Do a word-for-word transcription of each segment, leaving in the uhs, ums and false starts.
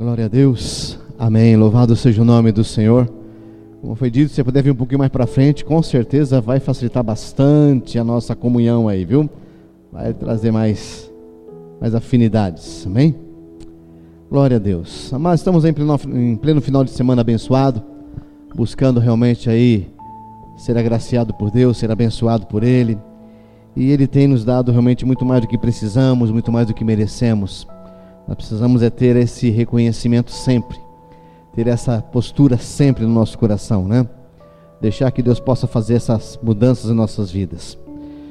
Glória a Deus, amém, louvado seja o nome do Senhor. Como foi dito, se você puder vir um pouquinho mais para frente, com certeza vai facilitar bastante a nossa comunhão aí, viu? Vai trazer mais, mais afinidades, amém? Glória a Deus. Amados, estamos em pleno, em pleno final de semana abençoado, buscando realmente aí ser agraciado por Deus, ser abençoado por Ele, e Ele tem nos dado realmente muito mais do que precisamos, muito mais do que merecemos. Nós precisamos é ter esse reconhecimento sempre, ter essa postura sempre no nosso coração, né? Deixar que Deus possa fazer essas mudanças em nossas vidas.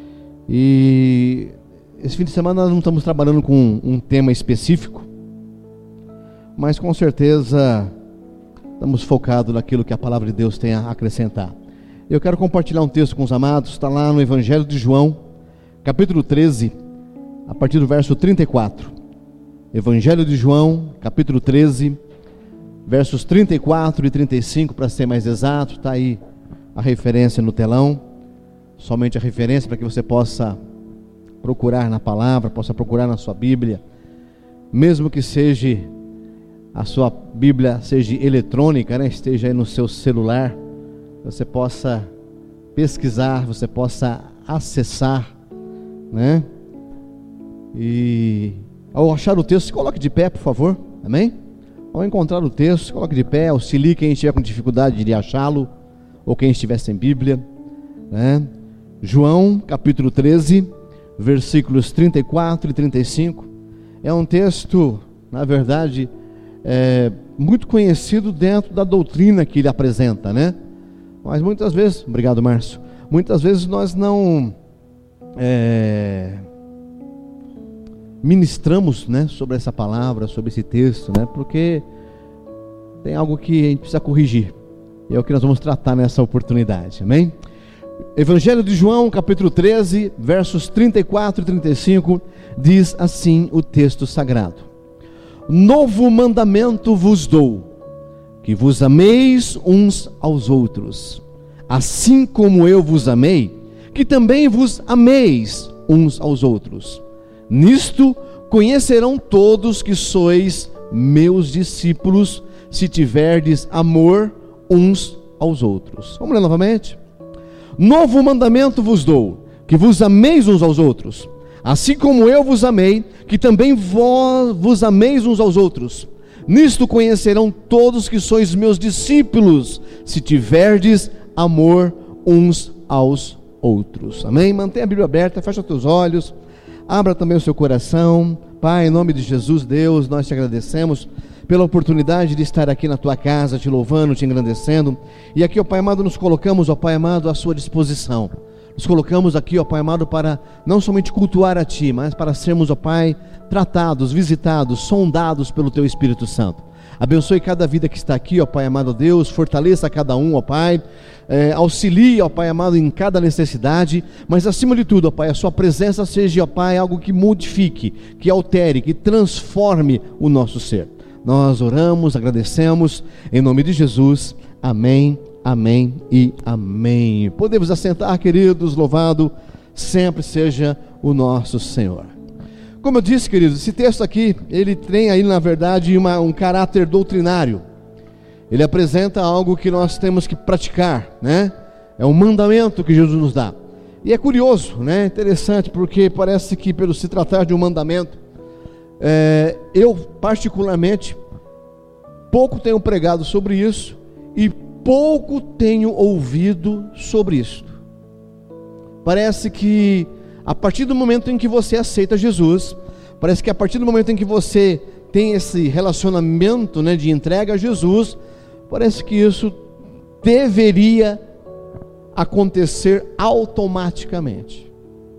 E esse fim de semana nós não estamos trabalhando com um tema específico, mas com certeza estamos focados naquilo que a palavra de Deus tem a acrescentar. Eu quero compartilhar um texto com os amados, está lá no Evangelho de João, capítulo treze, a partir do verso trinta e quatro. Evangelho de João, capítulo treze, versos trinta e quatro e trinta e cinco, para ser mais exato. Está aí a referência no telão, somente a referência para que você possa procurar na palavra, possa procurar na sua Bíblia, mesmo que seja a sua Bíblia seja eletrônica, né? Esteja aí no seu celular, você possa pesquisar, você possa acessar, né? E ao achar o texto, se coloque de pé, por favor, amém? Ao encontrar o texto, se coloque de pé, auxilie quem estiver com dificuldade de achá-lo, ou quem estiver sem Bíblia, né? João, capítulo treze, versículos trinta e quatro e trinta e cinco, é um texto, na verdade, é, muito conhecido dentro da doutrina que ele apresenta, né? Mas muitas vezes, obrigado Márcio, muitas vezes nós não... É, ministramos, né, sobre essa palavra, sobre esse texto, né, porque tem algo que a gente precisa corrigir, e é o que nós vamos tratar nessa oportunidade, amém? Evangelho de João, capítulo treze, versos trinta e quatro e trinta e cinco, diz assim o texto sagrado: novo mandamento vos dou, que vos ameis uns aos outros, assim como eu vos amei, que também vos ameis uns aos outros. Nisto conhecerão todos que sois meus discípulos, se tiverdes amor uns aos outros. Vamos ler novamente? Novo mandamento vos dou, que vos ameis uns aos outros, assim como eu vos amei, que também vós vos ameis uns aos outros. Nisto conhecerão todos que sois meus discípulos, se tiverdes amor uns aos outros. Amém? Mantenha a Bíblia aberta, fecha os teus olhos, abra também o seu coração. Pai, em nome de Jesus, Deus, nós te agradecemos pela oportunidade de estar aqui na tua casa, te louvando, te engrandecendo. E aqui, ó Pai amado, nos colocamos, ó Pai amado, à sua disposição. Nos colocamos aqui, ó Pai amado, para não somente cultuar a Ti, mas para sermos, ó Pai, tratados, visitados, sondados pelo Teu Espírito Santo. Abençoe cada vida que está aqui, ó Pai amado Deus, fortaleça cada um, ó Pai, é, auxilie, ó Pai amado, em cada necessidade, mas acima de tudo, ó Pai, a sua presença seja, ó Pai, algo que modifique, que altere, que transforme o nosso ser. Nós oramos, agradecemos, em nome de Jesus, amém, amém e amém. Podemos assentar, queridos, louvado sempre seja o nosso Senhor. Como eu disse, queridos, esse texto aqui, ele tem aí, na verdade, uma, um caráter doutrinário. Ele apresenta algo que nós temos que praticar, né? É um mandamento que Jesus nos dá. E é curioso, né? Interessante, porque parece que, pelo se tratar de um mandamento, é, eu, particularmente, pouco tenho pregado sobre isso e pouco tenho ouvido sobre isso. Parece que a partir do momento em que você aceita Jesus, parece que a partir do momento em que você tem esse relacionamento, né, de entrega a Jesus, parece que isso deveria acontecer automaticamente,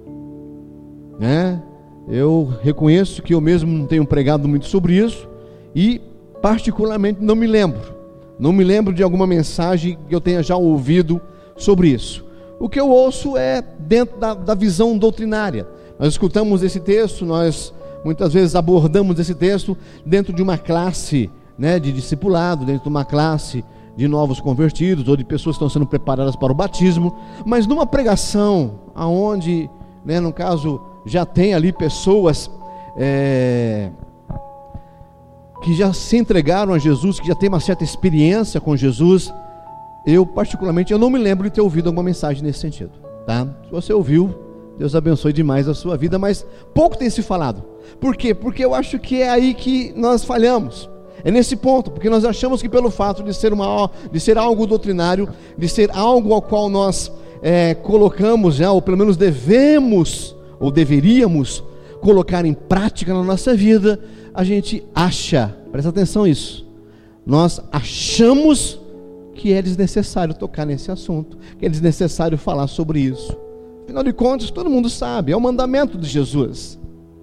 né? Eu reconheço que eu mesmo não tenho pregado muito sobre isso e particularmente não me lembro, não me lembro de alguma mensagem que eu tenha já ouvido sobre isso. O que eu ouço é dentro da, da visão doutrinária. Nós escutamos esse texto, nós muitas vezes abordamos esse texto dentro de uma classe, né, de discipulado, dentro de uma classe de novos convertidos, ou de pessoas que estão sendo preparadas para o batismo, mas numa pregação, aonde, né, no caso, já tem ali pessoas é, que já se entregaram a Jesus, que já tem uma certa experiência com Jesus, eu particularmente, eu não me lembro de ter ouvido alguma mensagem nesse sentido, tá? Se você ouviu, Deus abençoe demais a sua vida, mas pouco tem se falado. Por quê? Porque eu acho que é aí que nós falhamos. É nesse ponto, porque nós achamos que pelo fato de ser, uma, de ser algo doutrinário, de ser algo ao qual nós é, colocamos, já, ou pelo menos devemos, ou deveríamos colocar em prática na nossa vida, a gente acha, presta atenção nisso, nós achamos que é desnecessário tocar nesse assunto, que é desnecessário falar sobre isso. Afinal de contas, todo mundo sabe, é o mandamento de Jesus.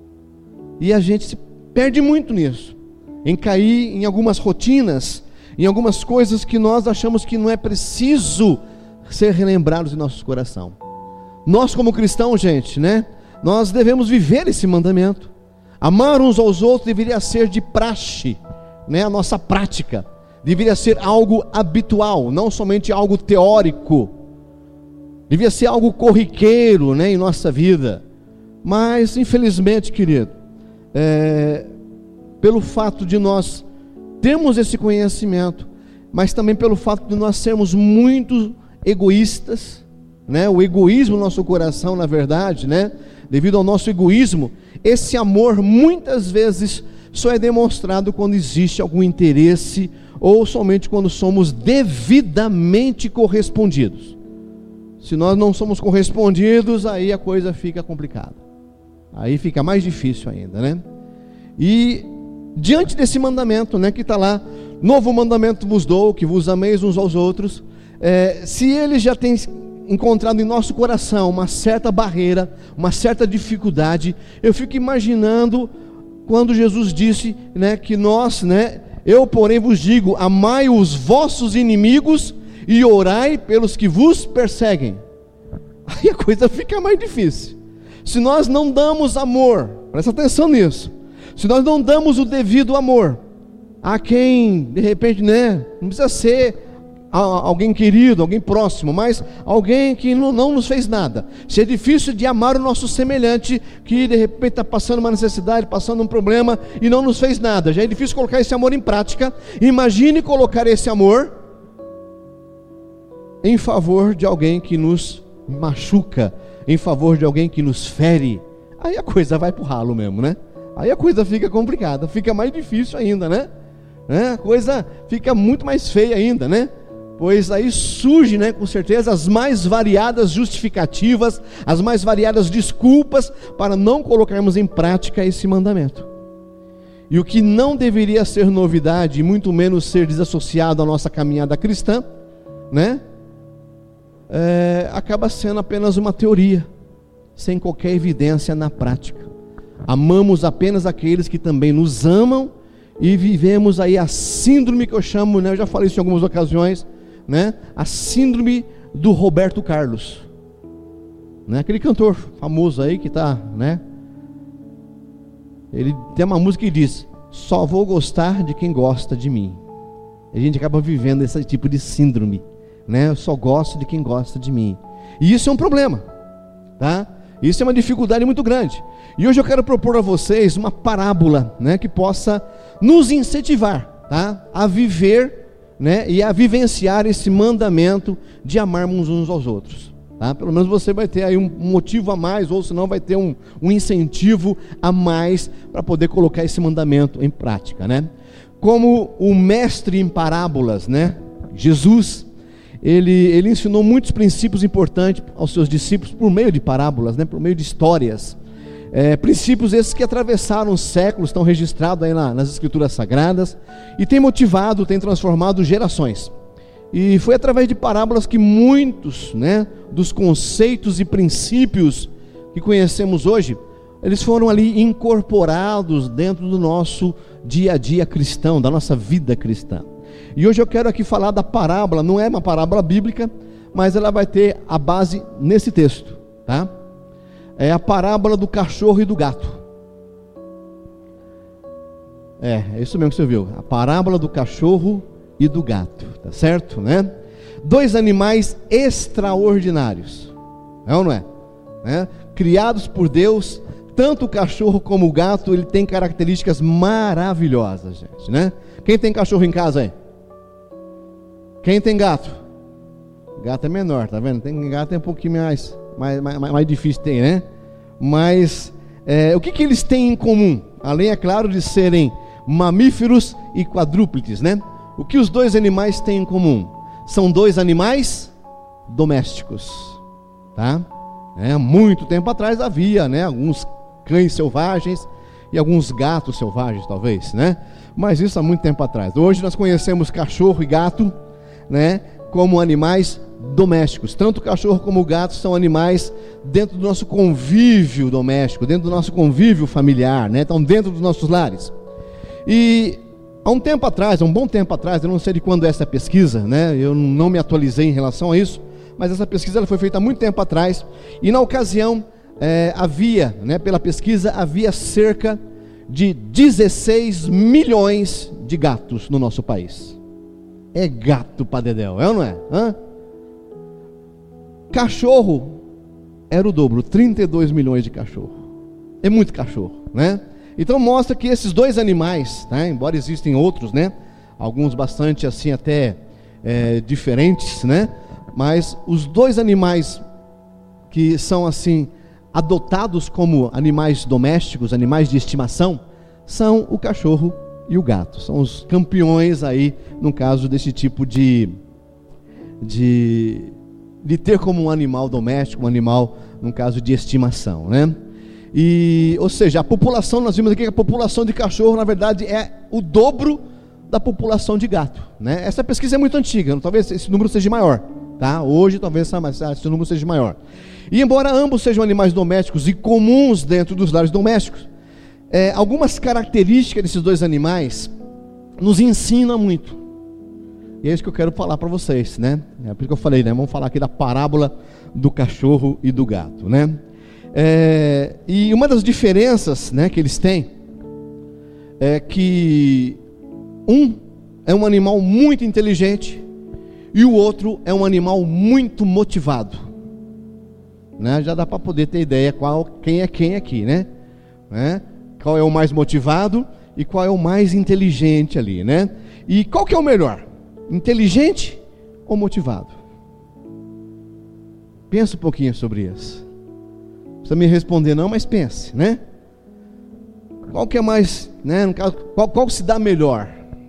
E a gente se perde muito nisso, em cair em algumas rotinas, em algumas coisas que nós achamos que não é preciso ser relembrados em nosso coração. Nós como cristãos, gente, né? Nós devemos viver esse mandamento. Amar uns aos outros deveria ser de praxe, né? A nossa prática deveria ser algo habitual, não somente algo teórico. Devia ser algo corriqueiro, né, em nossa vida. Mas infelizmente, querido, é, pelo fato de nós termos esse conhecimento, mas também pelo fato de nós sermos muito egoístas, né? O egoísmo no nosso coração, na verdade, né? Devido ao nosso egoísmo, esse amor muitas vezes só é demonstrado quando existe algum interesse, ou somente quando somos devidamente correspondidos. Se nós não somos correspondidos, aí a coisa fica complicada, aí fica mais difícil ainda, né? E diante desse mandamento, né, que está lá, novo mandamento vos dou, que vos ameis uns aos outros, é, se ele já tem encontrado em nosso coração uma certa barreira, uma certa dificuldade, eu fico imaginando quando Jesus disse, né, que nós, né, eu porém vos digo, amai os vossos inimigos e orai pelos que vos perseguem. Aí a coisa fica mais difícil. Se nós não damos amor, presta atenção nisso, se nós não damos o devido amor a quem, de repente, né, não precisa ser alguém querido, alguém próximo, mas alguém que não, não nos fez nada. Se é difícil de amar o nosso semelhante, que de repente está passando uma necessidade, passando um problema e não nos fez nada, já é difícil colocar esse amor em prática. Imagine colocar esse amor em favor de alguém que nos machuca, em favor de alguém que nos fere. Aí a coisa vai pro ralo mesmo, né? Aí a coisa fica complicada, fica mais difícil ainda, né? né? A coisa fica muito mais feia ainda, né? Pois aí surge, né, com certeza, as mais variadas justificativas, as mais variadas desculpas para não colocarmos em prática esse mandamento. E o que não deveria ser novidade, e muito menos ser desassociado à nossa caminhada cristã, né, é, acaba sendo apenas uma teoria, sem qualquer evidência na prática. Amamos apenas aqueles que também nos amam, e vivemos aí a síndrome que eu chamo, né, eu já falei isso em algumas ocasiões, né, a síndrome do Roberto Carlos, né, aquele cantor famoso aí que está, né, ele tem uma música que diz: só vou gostar de quem gosta de mim. A gente acaba vivendo esse tipo de síndrome, né, eu só gosto de quem gosta de mim, e isso é um problema, tá? Isso é uma dificuldade muito grande. E hoje eu quero propor a vocês uma parábola, né, que possa nos incentivar, tá, a viver, né, e a vivenciar esse mandamento de amarmos uns aos outros, tá? Pelo menos você vai ter aí um motivo a mais, ou senão vai ter um, um incentivo a mais para poder colocar esse mandamento em prática, né? Como o mestre em parábolas, né, Jesus, ele, ele ensinou muitos princípios importantes aos seus discípulos por meio de parábolas, né, por meio de histórias. É, princípios esses que atravessaram os séculos, estão registrados aí na, nas escrituras sagradas, e tem motivado, tem transformado gerações. E foi através de parábolas que muitos, né, dos conceitos e princípios que conhecemos hoje, eles foram ali incorporados dentro do nosso dia a dia cristão, da nossa vida cristã. E hoje eu quero aqui falar da parábola, não é uma parábola bíblica, mas ela vai ter a base nesse texto, tá? É a parábola do cachorro e do gato. É, é isso mesmo que você viu. A parábola do cachorro e do gato, tá certo, né? Dois animais extraordinários, é ou não é? é? Criados por Deus, tanto o cachorro como o gato, ele tem características maravilhosas, gente, né? Quem tem cachorro em casa aí? Quem tem gato? Gato é menor, tá vendo? Tem gato é um pouquinho mais, mais, mais, mais difícil ter, né? Mas é, o que, que eles têm em comum? Além, é claro, de serem mamíferos e quadrúpedes, né? O que os dois animais têm em comum? São dois animais domésticos, tá? É, muito tempo atrás havia, né, alguns cães selvagens e alguns gatos selvagens, talvez, né? Mas isso há muito tempo atrás. Hoje nós conhecemos cachorro e gato, né, como animais domésticos. Tanto o cachorro como o gato são animais dentro do nosso convívio doméstico, dentro do nosso convívio familiar, né? Estão dentro dos nossos lares. E há um tempo atrás, há um bom tempo atrás, eu não sei de quando é essa pesquisa, né? Eu não me atualizei em relação a isso, mas essa pesquisa ela foi feita há muito tempo atrás. E na ocasião é, havia, né, pela pesquisa, havia cerca de dezesseis milhões de gatos no nosso país. É gato pra dedéu, é ou não é? Hã? Cachorro era o dobro, trinta e dois milhões de cachorro. É muito cachorro, né? Então mostra que esses dois animais, tá? Embora existem outros, né? Alguns bastante assim até é, diferentes, né? Mas os dois animais que são assim adotados como animais domésticos, animais de estimação, são o cachorro e o gato. São os campeões aí, no caso desse tipo de de, de ter como um animal doméstico, um animal, no caso de estimação, né? E, ou seja, a população, nós vimos aqui que a população de cachorro, na verdade, é o dobro da população de gato, né? Essa pesquisa é muito antiga, talvez esse número seja maior, tá? Hoje talvez esse número seja maior. E embora ambos sejam animais domésticos e comuns dentro dos lares domésticos, é, algumas características desses dois animais nos ensinam muito. E é isso que eu quero falar para vocês, né? É por isso que eu falei, né? Vamos falar aqui da parábola do cachorro e do gato, né? É, e uma das diferenças, né, que eles têm é que um é um animal muito inteligente e o outro é um animal muito motivado, né? Já dá para poder ter ideia qual, quem é quem aqui, né? né? Qual é o mais motivado e qual é o mais inteligente ali, né? E qual que é o melhor? Inteligente ou motivado? Pensa um pouquinho sobre isso. Não precisa me responder não, mas pense, né? Qual que é mais, né? No caso, qual, qual se dá melhor?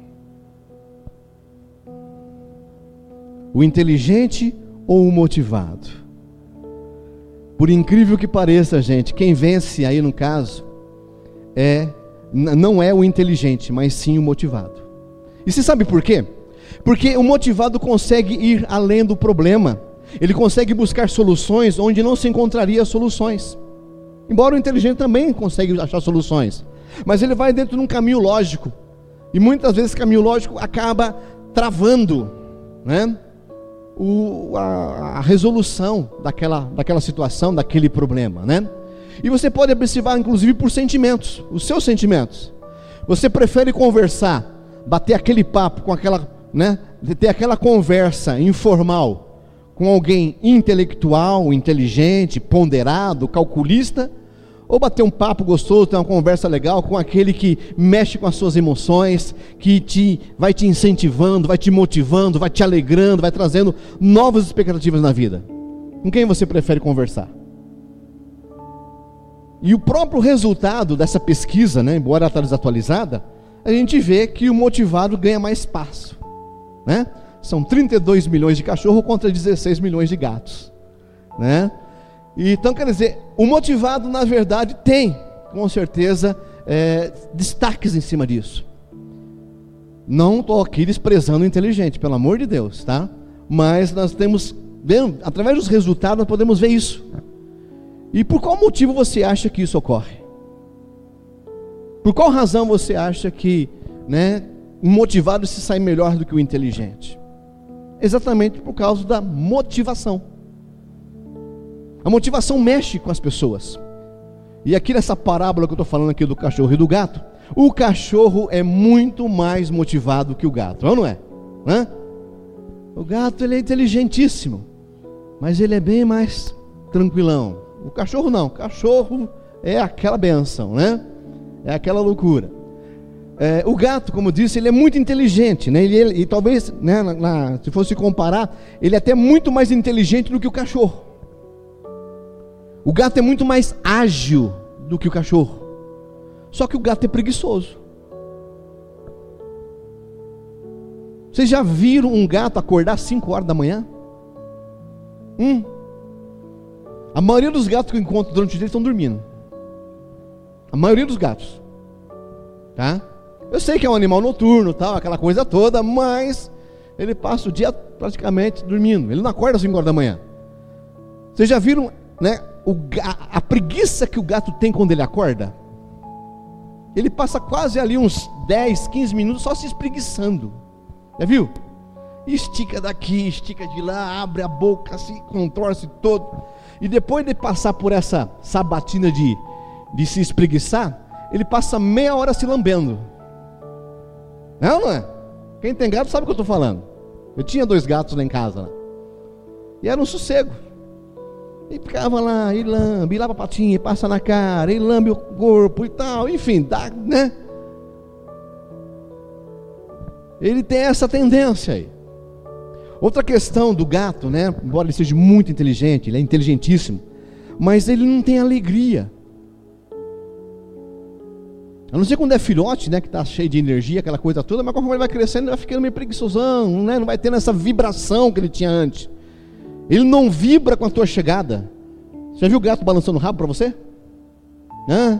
O inteligente ou o motivado? Por incrível que pareça, gente, quem vence aí no caso é não é o inteligente, mas sim o motivado. E você sabe por quê? Porque o motivado consegue ir além do problema. Ele consegue buscar soluções onde não se encontraria soluções. Embora o inteligente também consegue achar soluções, mas ele vai dentro de um caminho lógico. E muitas vezes esse caminho lógico acaba travando, né, o, a, a resolução daquela, daquela situação, daquele problema, né? E você pode observar inclusive por sentimentos, os seus sentimentos. Você prefere conversar, bater aquele papo com aquela, né, ter aquela conversa informal com alguém intelectual, inteligente, ponderado, calculista, ou bater um papo gostoso, ter uma conversa legal com aquele que mexe com as suas emoções, que te, vai te incentivando, vai te motivando, vai te alegrando, vai trazendo novas expectativas na vida? Com quem você prefere conversar? E o próprio resultado dessa pesquisa, né, embora ela esteja desatualizada, a gente vê que o motivado ganha mais espaço, né? São trinta e dois milhões de cachorros contra dezesseis milhões de gatos, né? E, então quer dizer, o motivado na verdade tem, com certeza, é, destaques em cima disso. Não estou aqui desprezando o inteligente, pelo amor de Deus, tá? Mas nós temos, através dos resultados nós podemos ver isso. E por qual motivo você acha que isso ocorre? Por qual razão você acha que, né, o motivado se sai melhor do que o inteligente? Exatamente por causa da motivação. A motivação mexe com as pessoas. E aqui nessa parábola que eu estou falando aqui do cachorro e do gato, o cachorro é muito mais motivado que o gato, não é? Hã? O gato ele é inteligentíssimo, mas ele é bem mais tranquilão. O cachorro não, o cachorro é aquela benção, né? É aquela loucura. É, o gato, como eu disse, ele é muito inteligente, né? Ele, ele, e talvez, né, na, na, se fosse comparar, ele é até muito mais inteligente do que o cachorro. O gato é muito mais ágil do que o cachorro. Só que o gato é preguiçoso. Vocês já viram um gato acordar às cinco horas da manhã? Hum. A maioria dos gatos que eu encontro durante o dia estão dormindo. A maioria dos gatos. Tá? Eu sei que é um animal noturno, tal, aquela coisa toda, mas ele passa o dia praticamente dormindo. Ele não acorda às cinco horas da manhã. Vocês já viram, né, o, a, a preguiça que o gato tem quando ele acorda? Ele passa quase ali uns dez, quinze minutos só se espreguiçando. Já viu? Estica daqui, estica de lá, abre a boca, se contorce todo. E depois de passar por essa sabatina de, de se espreguiçar, ele passa meia hora se lambendo. Não, não é? Quem tem gato sabe o que eu estou falando. Eu tinha dois gatos lá em casa, né? E era um sossego. E ficava lá, e lambe, e lava a patinha, e passa na cara, e lambe o corpo e tal, enfim, dá, né? Ele tem essa tendência aí. Outra questão do gato, né? Embora ele seja muito inteligente, ele é inteligentíssimo, mas ele não tem alegria. A não ser quando é filhote, né? Que está cheio de energia, aquela coisa toda, mas conforme ele vai crescendo, ele vai ficando meio preguiçosão, né? Não vai tendo essa vibração que ele tinha antes. Ele não vibra com a tua chegada. Você já viu o gato balançando o rabo para você? Hã?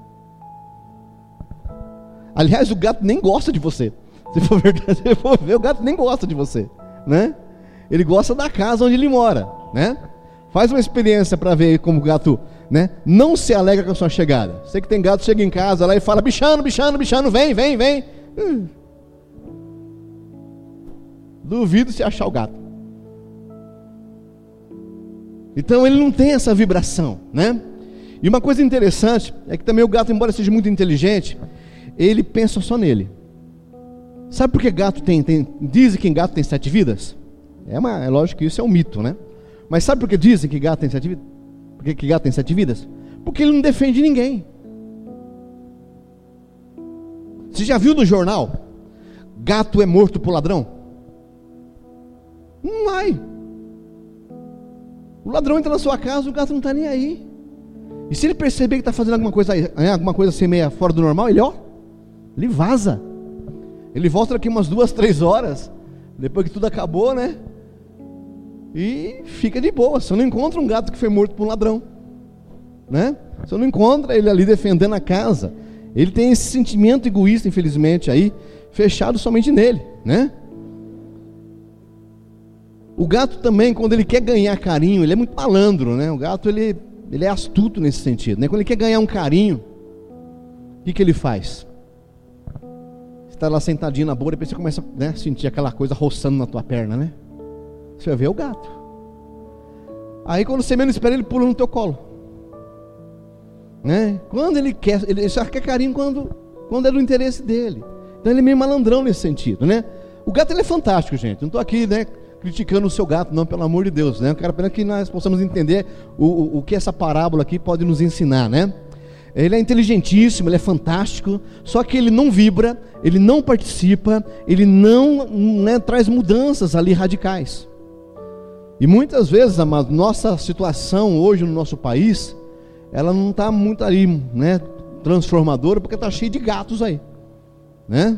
Aliás, o gato nem gosta de você. Se for verdade, se for ver, o gato nem gosta de você, né? Ele gosta da casa onde ele mora, né? Faz uma experiência para ver como o gato, né, não se alegra com a sua chegada. Você que tem gato, chega em casa lá e fala: bichano, bichano, bichano, vem, vem, vem. Hum. Duvido se achar o gato. Então ele não tem essa vibração, né? E uma coisa interessante é que também o gato, embora seja muito inteligente, ele pensa só nele. Sabe por que gato tem, tem dizem que gato tem sete vidas? É, uma, é lógico que isso é um mito, né? Mas sabe por que dizem que gato tem sete vidas? Por que, que gato tem sete vidas? Porque ele não defende ninguém. Você já viu no jornal? Gato é morto por ladrão? Não vai. O ladrão entra na sua casa, o gato não está nem aí. E se ele perceber que está fazendo alguma coisa, alguma coisa assim meia fora do normal, ele ó, ele vaza. Ele volta daqui umas duas, três horas, depois que tudo acabou, né? E fica de boa. Você não encontra um gato que foi morto por um ladrão, né? Você não encontra ele ali defendendo a casa. Ele tem esse sentimento egoísta, infelizmente, aí, fechado somente nele, né? O gato também, quando ele quer ganhar carinho, ele é muito malandro, né? O gato, ele, ele é astuto nesse sentido, né? Quando ele quer ganhar um carinho, o que, que ele faz? Você está lá sentadinho na boa, depois você começa, né, a sentir aquela coisa roçando na tua perna, né? Você vai ver o gato. Aí quando você menos espera, ele pula no teu colo, né? Quando ele quer, ele só quer carinho quando, quando é do interesse dele. Então ele é meio malandrão nesse sentido, né? O gato, ele é fantástico, gente. Não estou aqui, né, criticando o seu gato, não, pelo amor de Deus, né? Eu quero apenas que nós possamos entender o, o, o que essa parábola aqui pode nos ensinar, né? Ele é inteligentíssimo, ele é fantástico, só que ele não vibra, ele não participa, ele não, né, traz mudanças ali radicais. E muitas vezes, a nossa situação hoje no nosso país, ela não está muito ali, né, transformadora, porque está cheio de gatos aí, né?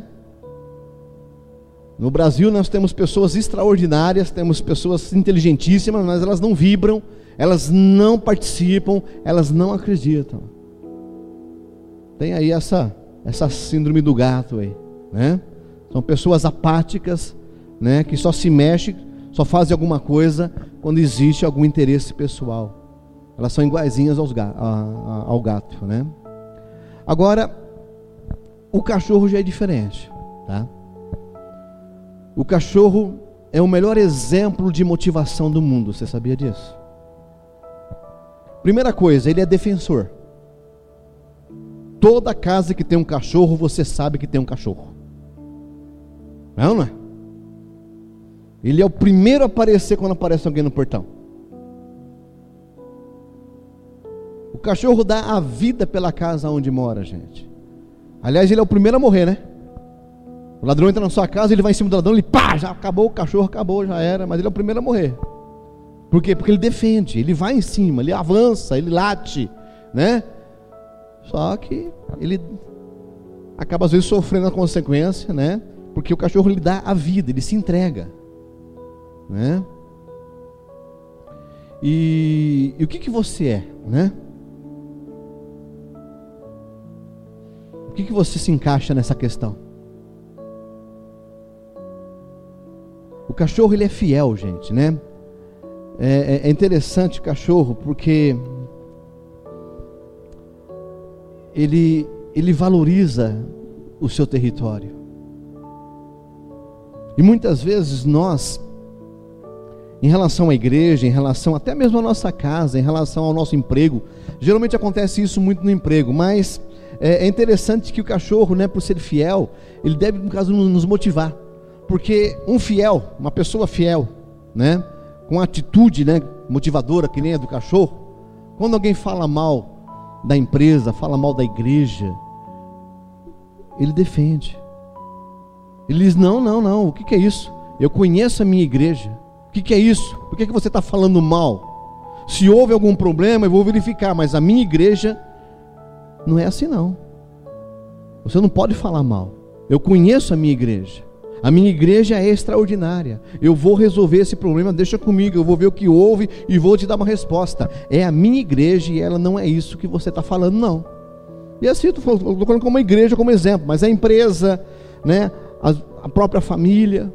No Brasil nós temos pessoas extraordinárias, temos pessoas inteligentíssimas, mas elas não vibram, elas não participam, elas não acreditam. Tem aí essa, essa síndrome do gato aí, né? São pessoas apáticas, né, que só se mexem, só fazem alguma coisa quando existe algum interesse pessoal. Elas são iguaizinhas aos ga- a, a, ao gato, né? Agora, o cachorro já é diferente, tá? O cachorro é o melhor exemplo de motivação do mundo. Você sabia disso? Primeira coisa, ele é defensor. Toda casa que tem um cachorro, você sabe que tem um cachorro. Não, não é? Ele é o primeiro a aparecer quando aparece alguém no portão. O cachorro dá a vida pela casa onde mora, gente. Aliás, ele é o primeiro a morrer, né? O ladrão entra na sua casa, ele vai em cima do ladrão, ele pá, já acabou, o cachorro acabou, já era. Mas ele é o primeiro a morrer. Por quê? Porque ele defende, ele vai em cima, ele avança, ele late, né? Só que ele acaba às vezes sofrendo a consequência, né? Porque o cachorro lhe dá a vida, ele se entrega, né? E, e o que que você é, né? O que que você se encaixa nessa questão? O cachorro, ele é fiel, gente, né? É, é interessante o cachorro porque ele, ele valoriza o seu território. E muitas vezes nós, em relação à igreja, em relação até mesmo à nossa casa, em relação ao nosso emprego, geralmente acontece isso muito no emprego, mas é, é interessante que o cachorro, né, por ser fiel, ele deve, no caso, nos motivar. Porque um fiel, uma pessoa fiel, né, com atitude, né, motivadora, que nem a do cachorro, quando alguém fala mal da empresa, fala mal da igreja, ele defende. Ele diz: não, não, não, o que que é isso? Eu conheço a minha igreja. O que que é isso? Por que que você está falando mal? Se houve algum problema, eu vou verificar, mas a minha igreja não é assim não. Você não pode falar mal. Eu conheço a minha igreja. A minha igreja é extraordinária. Eu vou resolver esse problema, deixa comigo, eu vou ver o que houve e vou te dar uma resposta. É a minha igreja e ela não é isso que você está falando, não. E assim, eu estou falando como uma igreja, como exemplo, mas a empresa, né, a, a própria família,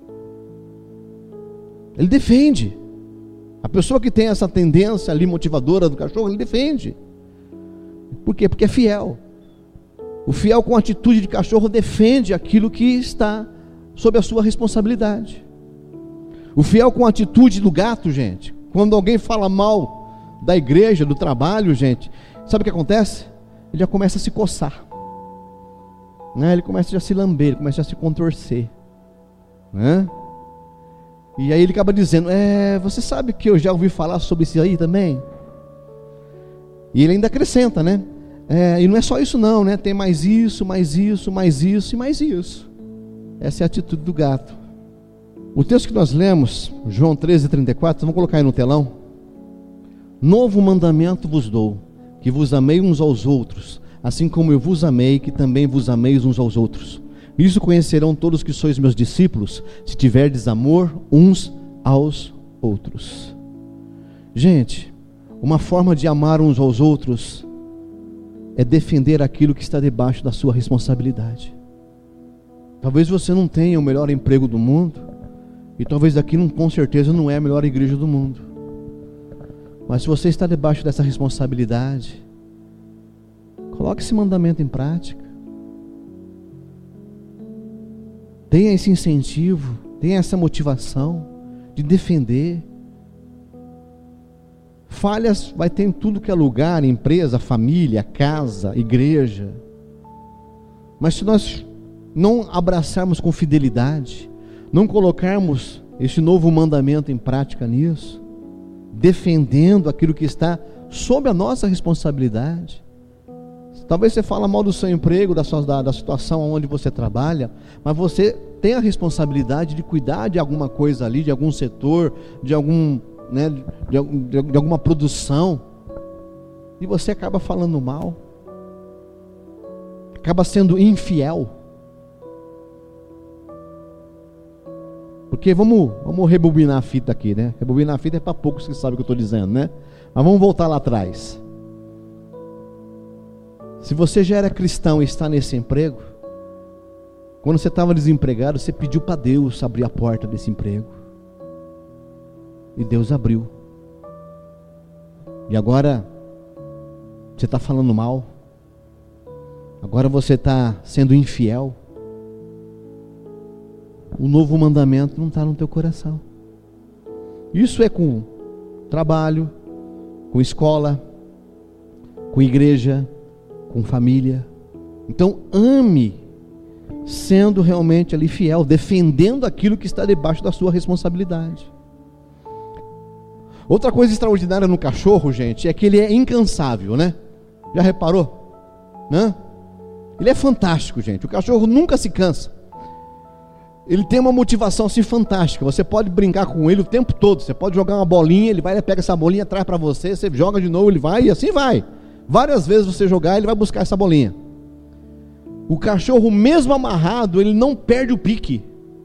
ele defende. A pessoa que tem essa tendência ali motivadora do cachorro, ele defende. Por quê? Porque é fiel. O fiel com atitude de cachorro defende aquilo que está sob a sua responsabilidade. O fiel com a atitude do gato, gente, quando alguém fala mal da igreja, do trabalho, gente, sabe o que acontece? Ele já começa a se coçar, né? Ele começa a se lamber, ele começa a se contorcer, né? E aí ele acaba dizendo: é, você sabe que eu já ouvi falar sobre isso aí também? E ele ainda acrescenta, né? É, e não é só isso não, né? Tem mais isso, mais isso, mais isso e mais isso. Essa é a atitude do gato. O texto que nós lemos, João treze, trinta e quatro, vamos colocar aí no telão. Novo mandamento vos dou, que vos amei uns aos outros, assim como eu vos amei, que também vos ameis uns aos outros. Isso conhecerão todos que sois meus discípulos, se tiverdes amor uns aos outros. Gente, uma forma de amar uns aos outros é defender aquilo que está debaixo da sua responsabilidade. Talvez você não tenha o melhor emprego do mundo, e talvez daqui não, com certeza não é a melhor igreja do mundo. Mas se você está debaixo dessa responsabilidade, coloque esse mandamento em prática. Tenha esse incentivo, tenha essa motivação de defender. Falhas vai ter em tudo que é lugar, empresa, família, casa, igreja. Mas se nós não abraçarmos com fidelidade, não colocarmos este novo mandamento em prática nisso, defendendo aquilo que está sob a nossa responsabilidade. Talvez você fale mal do seu emprego, da, sua, da, da situação onde você trabalha, mas você tem a responsabilidade de cuidar de alguma coisa ali, de algum setor, de algum, né, de, de, de alguma produção, e você acaba falando mal, acaba sendo infiel. Porque vamos, vamos rebobinar a fita aqui, né? Rebobinar a fita é para poucos que sabem o que eu estou dizendo, né? Mas vamos voltar lá atrás. Se você já era cristão e está nesse emprego, quando você estava desempregado, você pediu para Deus abrir a porta desse emprego. E Deus abriu. E agora você está falando mal. Agora você está sendo infiel. O novo mandamento não está no teu coração. Isso é com trabalho, com escola, com igreja, com família. Então ame, sendo realmente ali fiel, defendendo aquilo que está debaixo da sua responsabilidade. Outra coisa extraordinária no cachorro, gente, é que ele é incansável, né? Já reparou? Né? Ele é fantástico, gente. O cachorro nunca se cansa. Ele tem uma motivação assim fantástica. Você pode brincar com ele o tempo todo. Você pode jogar uma bolinha, ele vai, pega essa bolinha, traz para você, você joga de novo, ele vai e assim vai. Várias vezes você jogar, ele vai buscar essa bolinha. O cachorro, mesmo amarrado, ele não perde o pique.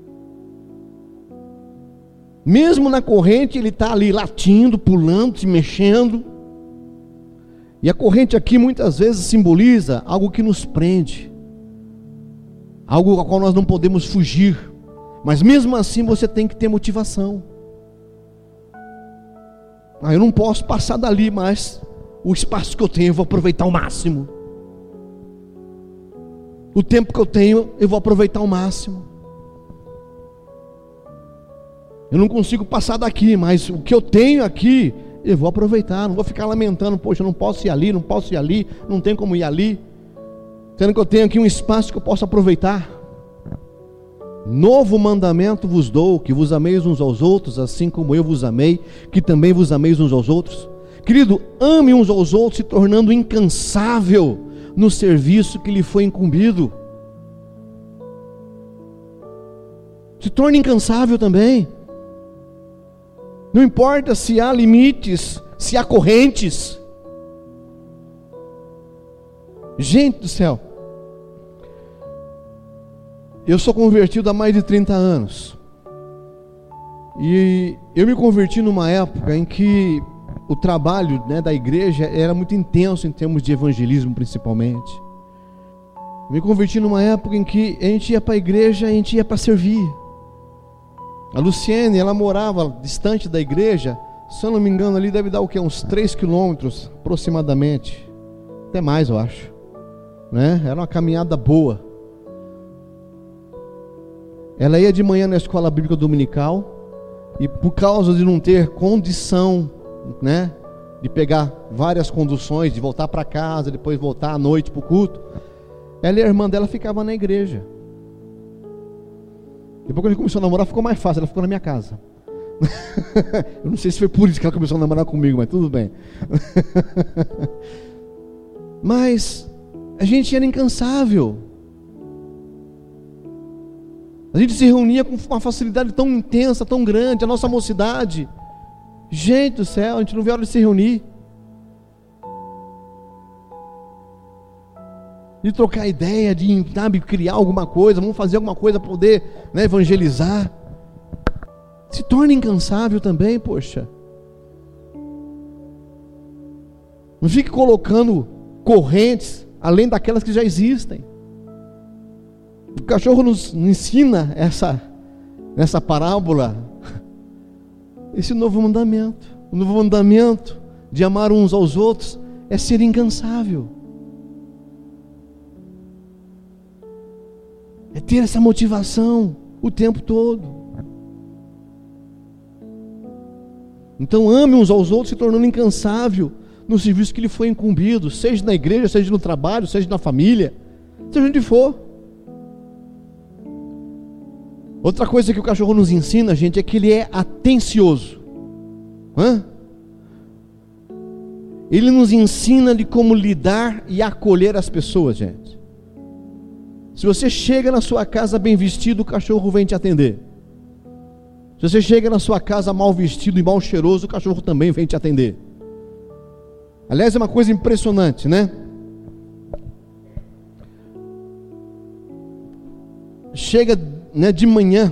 Mesmo na corrente, ele está ali latindo, pulando, se mexendo. E a corrente aqui muitas vezes simboliza algo que nos prende, algo ao qual nós não podemos fugir. Mas mesmo assim você tem que ter motivação. Ah, eu não posso passar dali, mas o espaço que eu tenho eu vou aproveitar ao máximo. O tempo que eu tenho eu vou aproveitar ao máximo. Eu não consigo passar daqui, mas o que eu tenho aqui eu vou aproveitar. Não vou ficar lamentando, poxa, eu não posso ir ali, não posso ir ali, não tem como ir ali, sendo que eu tenho aqui um espaço que eu posso aproveitar. Novo mandamento vos dou, que vos ameis uns aos outros, assim como eu vos amei, que também vos ameis uns aos outros. Querido, ame uns aos outros, se tornando incansável no serviço que lhe foi incumbido. Se torne incansável também. Não importa se há limites, se há correntes. Gente do céu, eu sou convertido há mais de trinta anos. E eu me converti numa época em que o trabalho, né, da igreja era muito intenso em termos de evangelismo, principalmente. Eu me converti numa época em que a gente ia para a igreja, a gente ia para servir. A Luciene, ela morava distante da igreja, se eu não me engano ali deve dar o quê? Uns três quilômetros aproximadamente, até mais eu acho, né? Era uma caminhada boa. Ela ia de manhã na escola bíblica dominical, e por causa de não ter condição, né, de pegar várias conduções, de voltar para casa, depois voltar à noite para o culto, ela e a irmã dela ficavam na igreja. Depois que a gente começou a namorar, ficou mais fácil, ela ficou na minha casa. Eu não sei se foi por isso que ela começou a namorar comigo, mas tudo bem. Mas a gente era incansável. A gente se reunia com uma facilidade tão intensa, tão grande, a nossa mocidade. Gente do céu, a gente não vê a hora de se reunir, de trocar ideia, de, sabe, criar alguma coisa, vamos fazer alguma coisa para poder, né, evangelizar. Se torna incansável também, poxa. Não fique colocando correntes além daquelas que já existem. O cachorro nos ensina essa, nessa parábola, esse novo mandamento. O novo mandamento de amar uns aos outros é ser incansável. É ter essa motivação o tempo todo. Então ame uns aos outros, se tornando incansável no serviço que lhe foi incumbido, seja na igreja, seja no trabalho, seja na família, seja onde for. Outra coisa que o cachorro nos ensina, gente, é que ele é atencioso. Hã? Ele nos ensina de como lidar e acolher as pessoas, gente. Se você chega na sua casa bem vestido, o cachorro vem te atender. Se você chega na sua casa mal vestido e mal cheiroso, o cachorro também vem te atender. Aliás, é uma coisa impressionante, né? Chega, né, de manhã.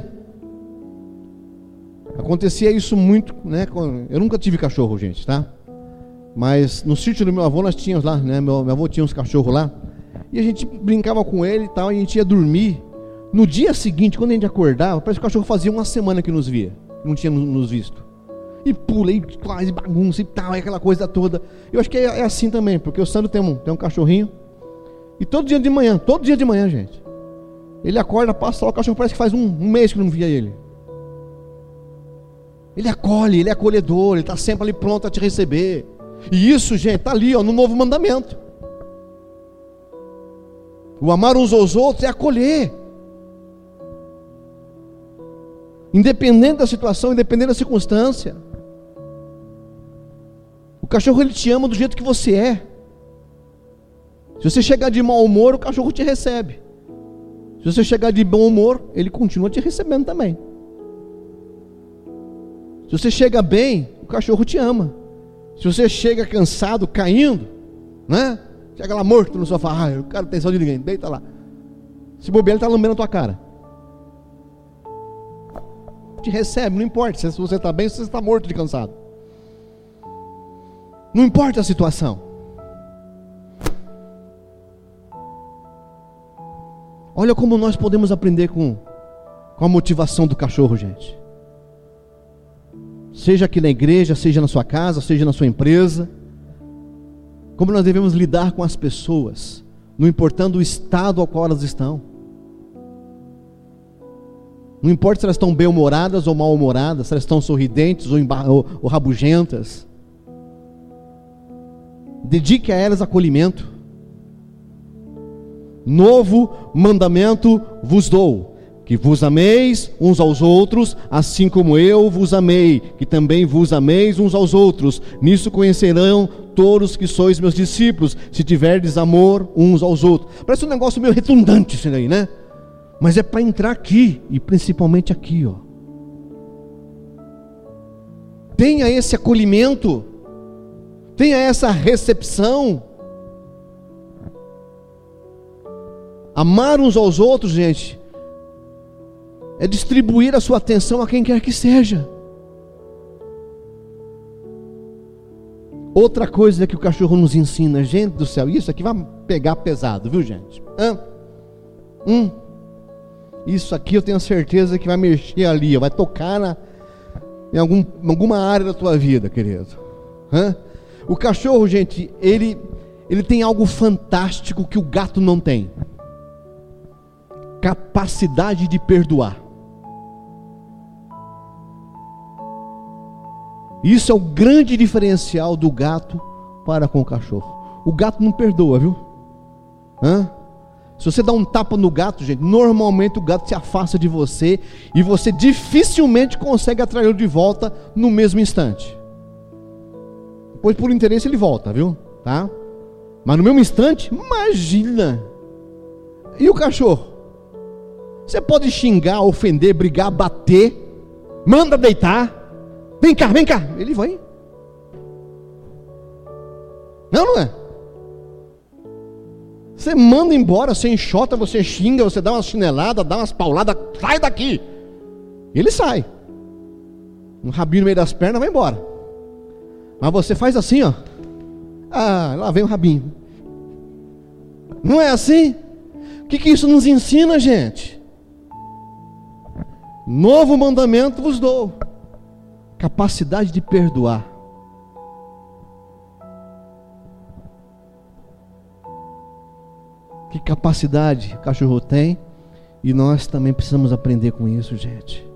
Acontecia isso muito, né? Eu nunca tive cachorro, gente, tá? Mas no sítio do meu avô nós tínhamos lá, né? Meu, meu avô tinha uns cachorros lá. E a gente brincava com ele e tal, e a gente ia dormir. No dia seguinte, quando a gente acordava, parece que o cachorro fazia uma semana que nos via, não tinha nos visto. E pula, e quase bagunça e tal, e aquela coisa toda. Eu acho que é, é assim também, porque o Sandro tem um, tem um cachorrinho. E todo dia de manhã, todo dia de manhã, gente, ele acorda, passa lá, o cachorro parece que faz um, um mês que não via ele. Ele acolhe, ele é acolhedor, ele está sempre ali pronto a te receber. E isso, gente, está ali, ó, no novo mandamento. O amar uns aos outros é acolher. Independente da situação, independente da circunstância. O cachorro, ele te ama do jeito que você é. Se você chegar de mau humor, o cachorro te recebe. Se você chegar de bom humor, ele continua te recebendo também. Se você chega bem, o cachorro te ama. Se você chega cansado, caindo, né? Chega lá morto no sofá, ah, eu não quero atenção de ninguém, deita lá. Se bobear, ele está lambendo a tua cara. Te recebe, não importa se você está bem ou se você está morto de cansado. Não importa a situação. Olha como nós podemos aprender com, com a motivação do cachorro, gente. Seja aqui na igreja, seja na sua casa, seja na sua empresa. Como nós devemos lidar com as pessoas, não importando o estado ao qual elas estão. Não importa se elas estão bem-humoradas ou mal-humoradas, se elas estão sorridentes ou, ou, ou rabugentas. Dedique a elas acolhimento. Novo mandamento vos dou, que vos ameis uns aos outros, assim como eu vos amei, que também vos ameis uns aos outros. Nisso conhecerão todos que sois meus discípulos, se tiverdes amor uns aos outros. Parece um negócio meio redundante isso aí, né? Mas é para entrar aqui, e principalmente aqui, ó. Tenha esse acolhimento, tenha essa recepção. Amar uns aos outros, gente, é distribuir a sua atenção a quem quer que seja. Outra coisa que o cachorro nos ensina, gente do céu, isso aqui vai pegar pesado, viu, gente? Hã? Hum. Isso aqui eu tenho certeza que vai mexer ali, vai tocar na, em algum, alguma área da tua vida, querido. Hã? O cachorro, gente, ele, ele tem algo fantástico que o gato não tem. Capacidade de perdoar. Isso é o grande diferencial do gato para com o cachorro. O gato não perdoa, viu? Hã? Se você dá um tapa no gato, gente, normalmente o gato se afasta de você e você dificilmente consegue atraí-lo de volta no mesmo instante. Depois, por interesse, ele volta, viu? Tá? Mas no mesmo instante, imagina. E o cachorro? Você pode xingar, ofender, brigar, bater, manda deitar, vem cá, vem cá, ele vai. Não, não é? Você manda embora, você enxota, você xinga, você dá uma chinelada, dá umas pauladas, sai daqui. Ele sai. Um rabinho no meio das pernas, vai embora. Mas você faz assim, ó. Ah, lá vem o rabinho. Não é assim? O que que isso nos ensina, gente? Novo mandamento vos dou, capacidade de perdoar. Que capacidade o cachorro tem, e nós também precisamos aprender com isso, gente.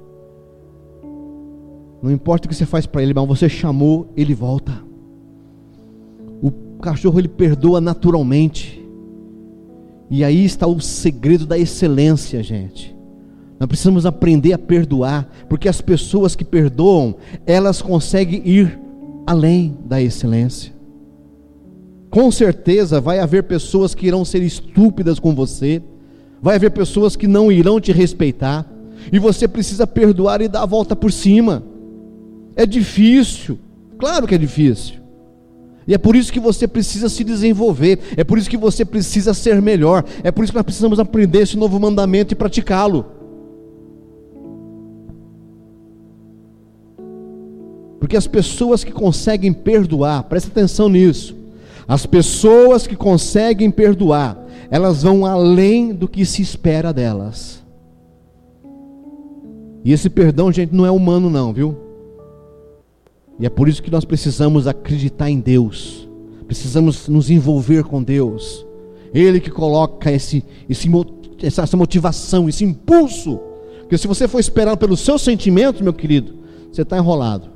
Não importa o que você faz para ele, mas você chamou, ele volta. O cachorro, ele perdoa naturalmente. E aí está o segredo da excelência, gente. Nós precisamos aprender a perdoar, porque as pessoas que perdoam, elas conseguem ir além da excelência. Com certeza vai haver pessoas que irão ser estúpidas com você, vai haver pessoas que não irão te respeitar, e você precisa perdoar e dar a volta por cima. É difícil, claro que é difícil, e é por isso que você precisa se desenvolver, é por isso que você precisa ser melhor, é por isso que nós precisamos aprender esse novo mandamento e praticá-lo. Porque as pessoas que conseguem perdoar, presta atenção nisso, as pessoas que conseguem perdoar, elas vão além do que se espera delas. E esse perdão, gente, não é humano não, viu? E é por isso que nós precisamos acreditar em Deus, precisamos nos envolver com Deus. Ele que coloca esse, esse, essa motivação, esse impulso. Porque se você for esperar pelos seus sentimentos, meu querido, você está enrolado.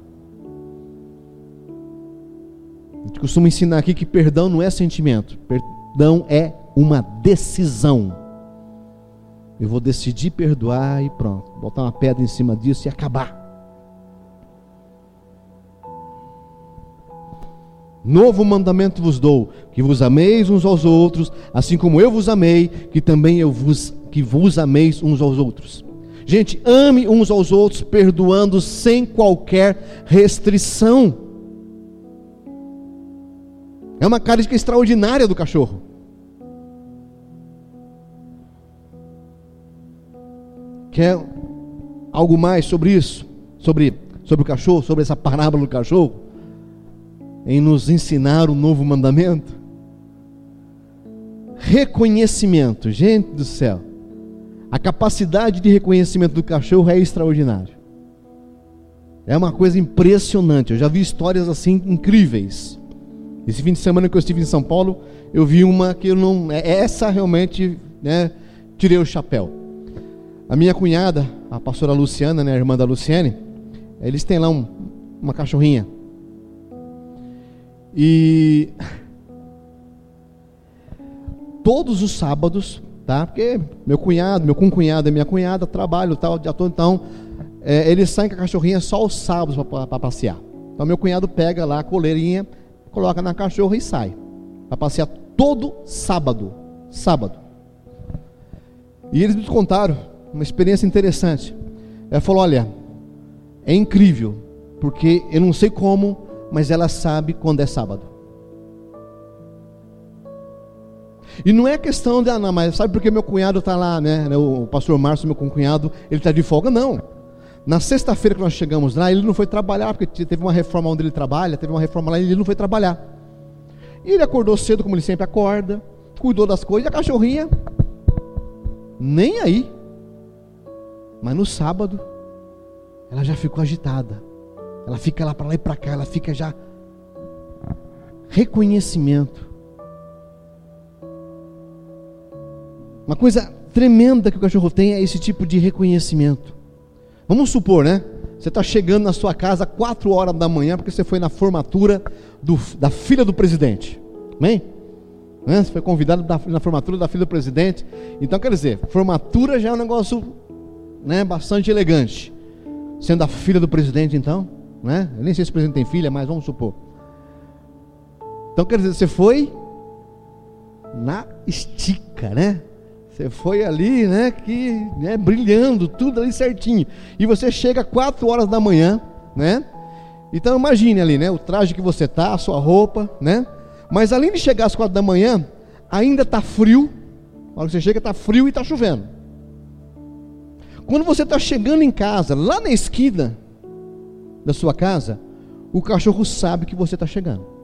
A gente costuma ensinar aqui que perdão não é sentimento, perdão é uma decisão. Eu vou decidir perdoar e pronto, botar uma pedra em cima disso e acabar. Novo mandamento vos dou, que vos ameis uns aos outros, assim como eu vos amei, que também eu vos, que vos ameis uns aos outros. Gente, ame uns aos outros, perdoando sem qualquer restrição. É uma característica extraordinária do cachorro. Quer algo mais sobre isso? Sobre, sobre o cachorro, sobre essa parábola do cachorro? Em nos ensinar um novo mandamento? Reconhecimento, gente do céu. A capacidade de reconhecimento do cachorro é extraordinária. É uma coisa impressionante. Eu já vi histórias assim incríveis. Esse fim de semana que eu estive em São Paulo, eu vi uma que eu não... Essa realmente, né, tirei o chapéu. A minha cunhada, a pastora Luciana, né, a irmã da Luciane, eles têm lá um, uma cachorrinha. E todos os sábados, tá? Porque meu cunhado, meu concunhado e minha cunhada trabalham tal, dia todo, então é, eles saem com a cachorrinha só os sábados para passear. Então meu cunhado pega lá a coleirinha, coloca na cachorra e sai para passear todo sábado, sábado. E eles me contaram uma experiência interessante. Ela falou: olha, é incrível, porque eu não sei como, mas ela sabe quando é sábado. E não é questão de, ah, não, mas sabe porque meu cunhado está lá, né? O pastor Márcio, meu concunhado, ele está de folga? Não. Na sexta-feira que nós chegamos lá, ele não foi trabalhar, porque teve uma reforma onde ele trabalha, teve uma reforma lá e ele não foi trabalhar. E ele acordou cedo, como ele sempre acorda, cuidou das coisas, e a cachorrinha, nem aí. Mas no sábado, ela já ficou agitada. Ela fica lá para lá e para cá, ela fica já... Reconhecimento. Uma coisa tremenda que o cachorro tem é esse tipo de reconhecimento. Vamos supor, né? Você está chegando na sua casa quatro horas da manhã, porque você foi na formatura do, da filha do presidente. Amém? Né? Você foi convidado da, na formatura da filha do presidente. Então, quer dizer, formatura já é um negócio, né, bastante elegante. Sendo a filha do presidente, então, né? Eu nem sei se o presidente tem filha, mas vamos supor. Então, quer dizer, você foi na estica, né? Você foi ali, né, que, né, brilhando, tudo ali certinho. E você chega quatro horas da manhã, né? Então imagine ali, né, o traje que você tá, a sua roupa, né? Mas além de chegar às quatro da manhã, ainda está frio. Na hora que você chega, está frio e está chovendo. Quando você está chegando em casa, lá na esquina da sua casa, o cachorro sabe que você está chegando.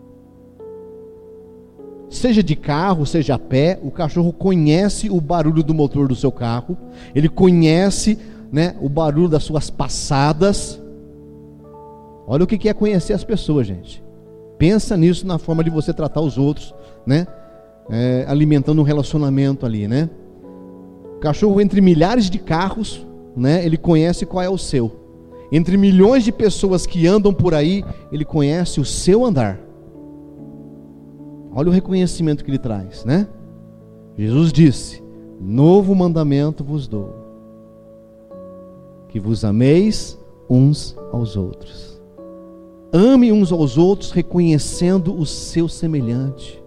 Seja de carro, seja a pé, o cachorro conhece o barulho do motor do seu carro, ele conhece, né, o barulho das suas passadas. Olha o que é conhecer as pessoas, gente. Pensa nisso na forma de você tratar os outros, né? É, alimentando um relacionamento ali, né? O cachorro, entre milhares de carros, né, ele conhece qual é o seu. Entre milhões de pessoas que andam por aí, ele conhece o seu andar. Olha o reconhecimento que ele traz, né? Jesus disse: novo mandamento vos dou, que vos ameis uns aos outros. Ame uns aos outros, reconhecendo o seu semelhante.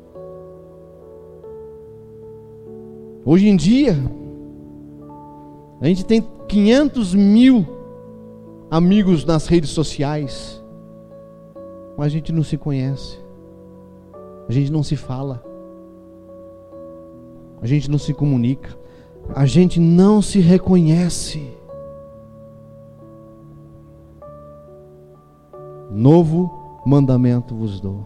Hoje em dia, a gente tem quinhentos mil amigos nas redes sociais, mas a gente não se conhece. A gente não se fala, a gente não se comunica, a gente não se reconhece. Novo mandamento vos dou.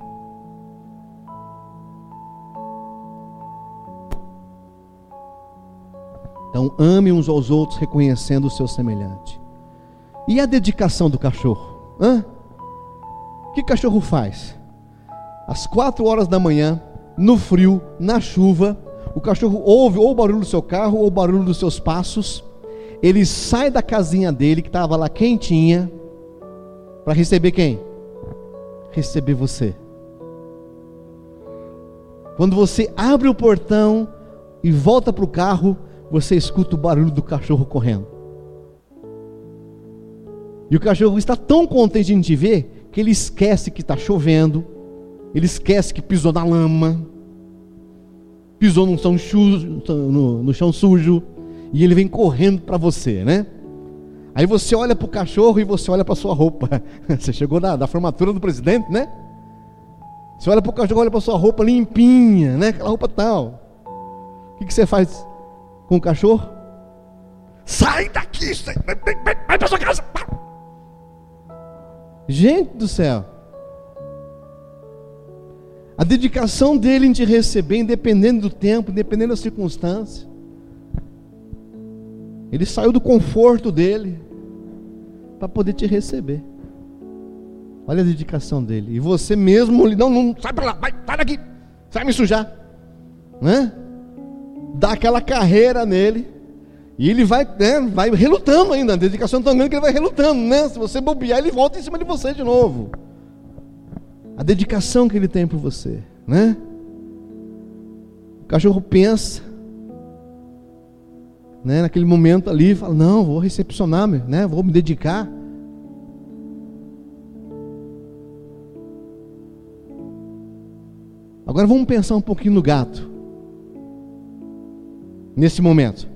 Então ame uns aos outros, reconhecendo o seu semelhante. E a dedicação do cachorro? Hã? O que cachorro faz? Às quatro horas da manhã, no frio, na chuva, o cachorro ouve ou o barulho do seu carro ou o barulho dos seus passos. Ele sai da casinha dele, que estava lá quentinha, para receber quem? Receber você. Quando você abre o portão e volta para o carro, você escuta o barulho do cachorro correndo. E o cachorro está tão contente em te ver, que ele esquece que está chovendo, ele esquece que pisou na lama, pisou no chão sujo, no, no chão sujo, e ele vem correndo para você, né? Aí você olha para o cachorro e você olha para a sua roupa. Você chegou na, na formatura do presidente, né? Você olha para o cachorro, olha para a sua roupa limpinha, né? Aquela roupa tal. O que, que você faz com o cachorro? Sai daqui, sai, vai, vai, vai, vai para sua casa. Gente do céu. A dedicação dele em te receber, independente do tempo, independente da circunstância. Ele saiu do conforto dele para poder te receber. Olha a dedicação dele. E você mesmo, não, não, sai para lá, vai, sai daqui, sai me sujar, né? Dá aquela carreira nele, e ele vai, né, vai relutando ainda. A dedicação tão grande que ele vai relutando, né? Se você bobear, ele volta em cima de você de novo. A dedicação que ele tem por você, né? O cachorro pensa, né, naquele momento ali, fala, não, vou recepcionar, né, vou me dedicar. Agora vamos pensar um pouquinho no gato, nesse momento.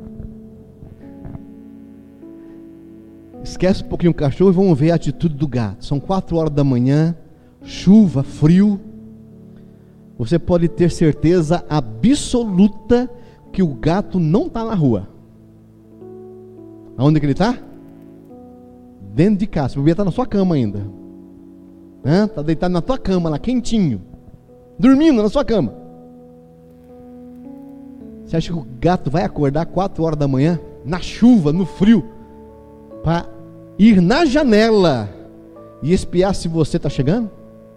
Esquece um pouquinho o cachorro e vamos ver a atitude do gato. São quatro horas da manhã, chuva, frio. Você pode ter certeza absoluta que o gato não está na rua. Aonde que ele está? Dentro de casa. Você devia estar na sua cama ainda. Está deitado na tua cama, lá quentinho, dormindo na sua cama. Você acha que o gato vai acordar quatro horas da manhã, na chuva, no frio, para ir na janela e espiar se você está chegando?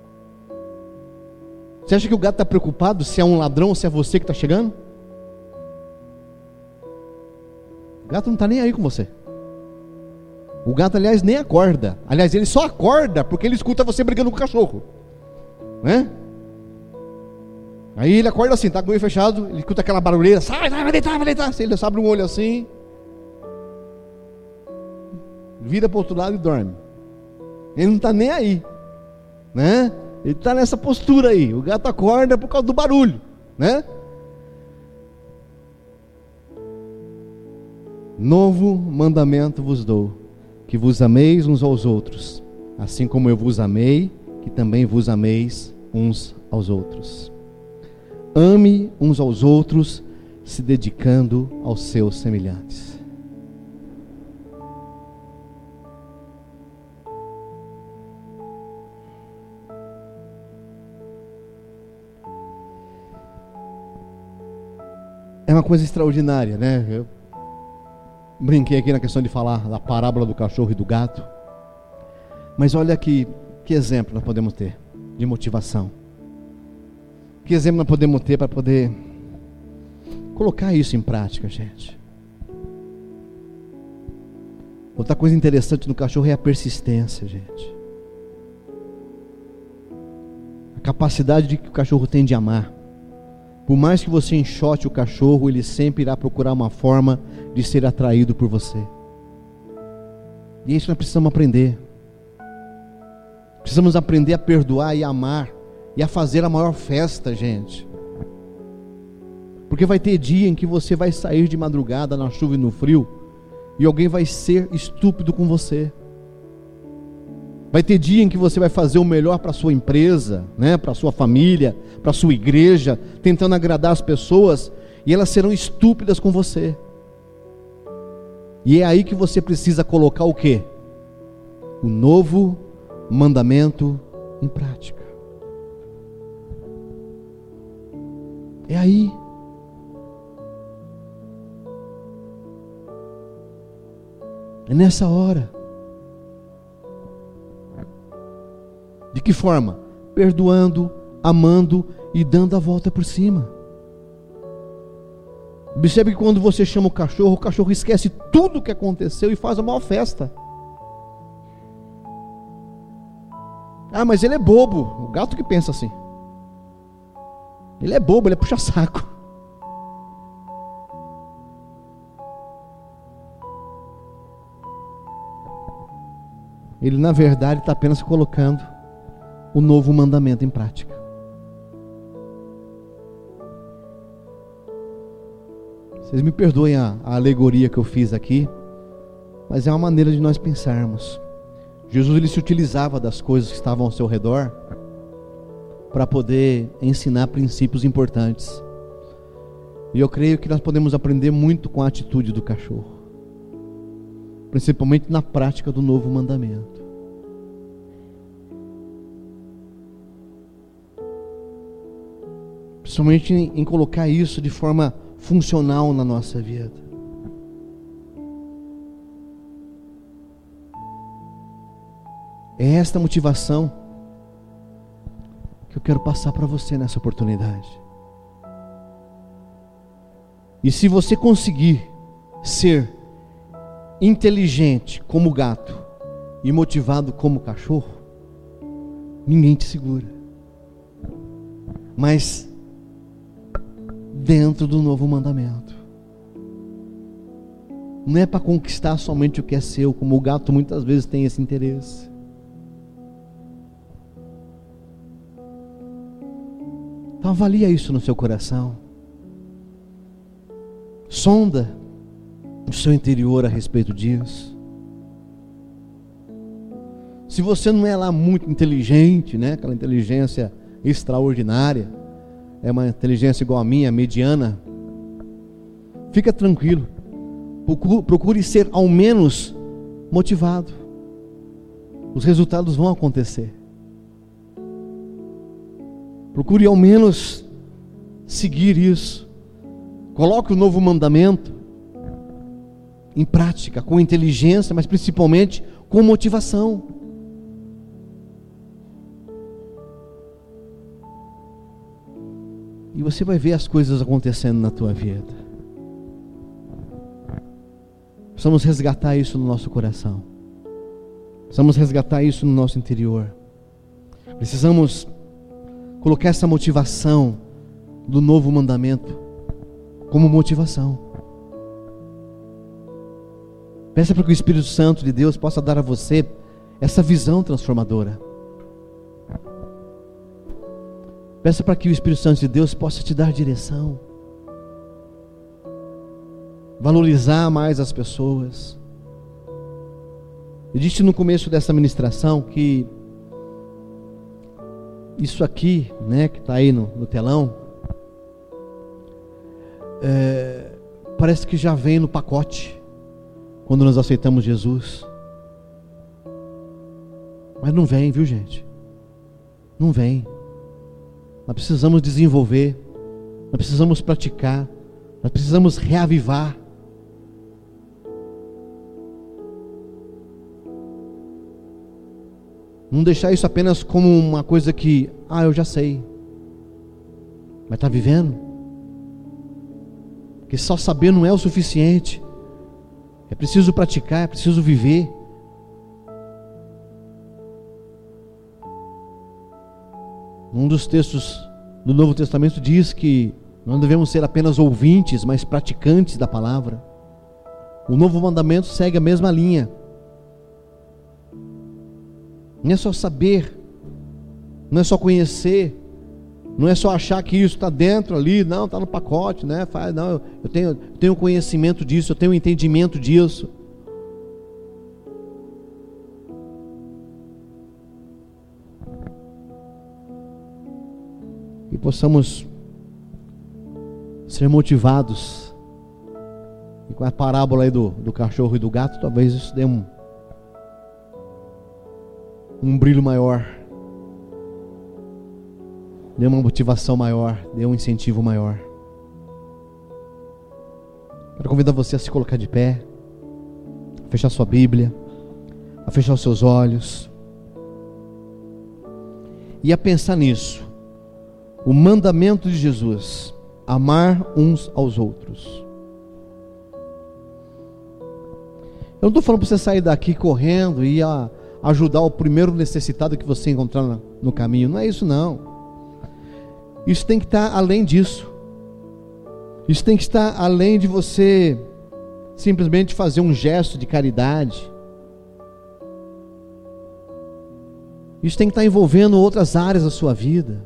Você acha que o gato está preocupado se é um ladrão ou se é você que está chegando? O gato não está nem aí com você. O gato, aliás, nem acorda. Aliás, ele só acorda porque ele escuta você brigando com o cachorro, né? Aí ele acorda assim, tá com o olho fechado, ele escuta aquela barulheira, sai, vai, vai deitar, vai deitar. Se ele abre um olho assim, vira para o outro lado e dorme. Ele não está nem aí, né? Ele está nessa postura aí. O gato acorda por causa do barulho, né? Novo mandamento vos dou, que vos ameis uns aos outros, assim como eu vos amei, que também vos ameis uns aos outros. Ame uns aos outros, se dedicando aos seus semelhantes. É uma coisa extraordinária, né? Eu brinquei aqui na questão de falar da parábola do cachorro e do gato. Mas olha aqui, que exemplo nós podemos ter de motivação. Que exemplo nós podemos ter para poder colocar isso em prática, gente. Outra coisa interessante no cachorro é a persistência, gente. A capacidade que o cachorro tem de amar. Por mais que você enxote o cachorro, ele sempre irá procurar uma forma de ser atraído por você. E isso nós precisamos aprender. Precisamos aprender a perdoar e a amar e a fazer a maior festa, gente. Porque vai ter dia em que você vai sair de madrugada na chuva e no frio e alguém vai ser estúpido com você. Vai ter dia em que você vai fazer o melhor para a sua empresa, né, para a sua família, para a sua igreja, tentando agradar as pessoas, e elas serão estúpidas com você. E é aí que você precisa colocar o quê? O novo mandamento em prática. É aí. É nessa hora. De que forma? Perdoando, amando e dando a volta por cima. Observe que quando você chama o cachorro, o cachorro esquece tudo o que aconteceu e faz a maior festa. Ah, mas ele é bobo. O gato que pensa assim. Ele é bobo, ele é puxa-saco. Ele na verdade está apenas colocando o novo mandamento em prática. Vocês me perdoem a, a alegoria que eu fiz aqui, mas é uma maneira de nós pensarmos. Jesus, ele se utilizava das coisas que estavam ao seu redor para poder ensinar princípios importantes. E eu creio que nós podemos aprender muito com a atitude do cachorro, principalmente na prática do novo mandamento. Principalmente em, em colocar isso de forma funcional na nossa vida. É esta motivação que eu quero passar para você nessa oportunidade. E se você conseguir ser inteligente como o gato e motivado como o cachorro, ninguém te segura. Mas dentro do novo mandamento. Não é para conquistar somente o que é seu, como o gato muitas vezes tem esse interesse. Então avalia isso no seu coração. Sonda o seu interior a respeito disso. Se você não é lá muito inteligente, né? Aquela inteligência extraordinária, é uma inteligência igual a minha, mediana, fica tranquilo. Procure ser ao menos motivado. Os resultados vão acontecer. Procure ao menos seguir isso. Coloque o novo mandamento em prática, com inteligência, mas principalmente com motivação. E você vai ver as coisas acontecendo na tua vida. Precisamos resgatar isso no nosso coração. Precisamos resgatar isso no nosso interior. Precisamos colocar essa motivação do novo mandamento como motivação. Peça para que o Espírito Santo de Deus possa dar a você essa visão transformadora. Peça para que o Espírito Santo de Deus possa te dar direção. Valorizar mais as pessoas. Eu disse no começo dessa ministração que isso aqui, né, que está aí no, no telão, é, parece que já vem no pacote quando nós aceitamos Jesus. Mas não vem, viu, gente? Não vem. Nós precisamos desenvolver, nós precisamos praticar, nós precisamos reavivar. Não deixar isso apenas como uma coisa que, ah, eu já sei. Mas está vivendo? Porque só saber não é o suficiente. É preciso praticar, é preciso viver. Um dos textos do Novo Testamento diz que não devemos ser apenas ouvintes, mas praticantes da palavra. O novo mandamento segue a mesma linha. Não é só saber, não é só conhecer, não é só achar que isso está dentro ali, não, está no pacote, né? Faz, não, eu tenho, eu tenho conhecimento disso, eu tenho entendimento disso. E possamos ser motivados. E com a parábola aí do, do cachorro e do gato, talvez isso dê um, um brilho maior, dê uma motivação maior, dê um incentivo maior. Quero convidar você a se colocar de pé, a fechar sua Bíblia, a fechar os seus olhos e a pensar nisso. O mandamento de Jesus: amar uns aos outros. Eu não estou falando para você sair daqui correndo e a, ajudar o primeiro necessitado que você encontrar no, no caminho. Não é isso, não. Isso tem que estar além disso. Isso tem que estar além de você simplesmente fazer um gesto de caridade. Isso tem que estar envolvendo outras áreas da sua vida.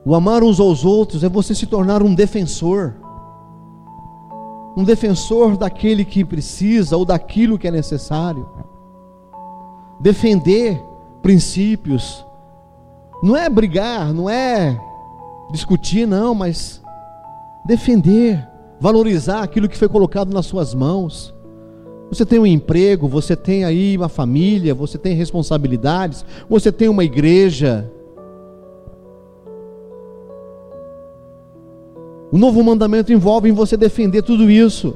O amar uns aos outros é você se tornar um defensor. Um defensor daquele que precisa ou daquilo que é necessário. Defender princípios. Não é brigar, não é discutir, não, mas defender, valorizar aquilo que foi colocado nas suas mãos. Você tem um emprego, você tem aí uma família, você tem responsabilidades, você tem uma igreja. O novo mandamento envolve em você defender tudo isso.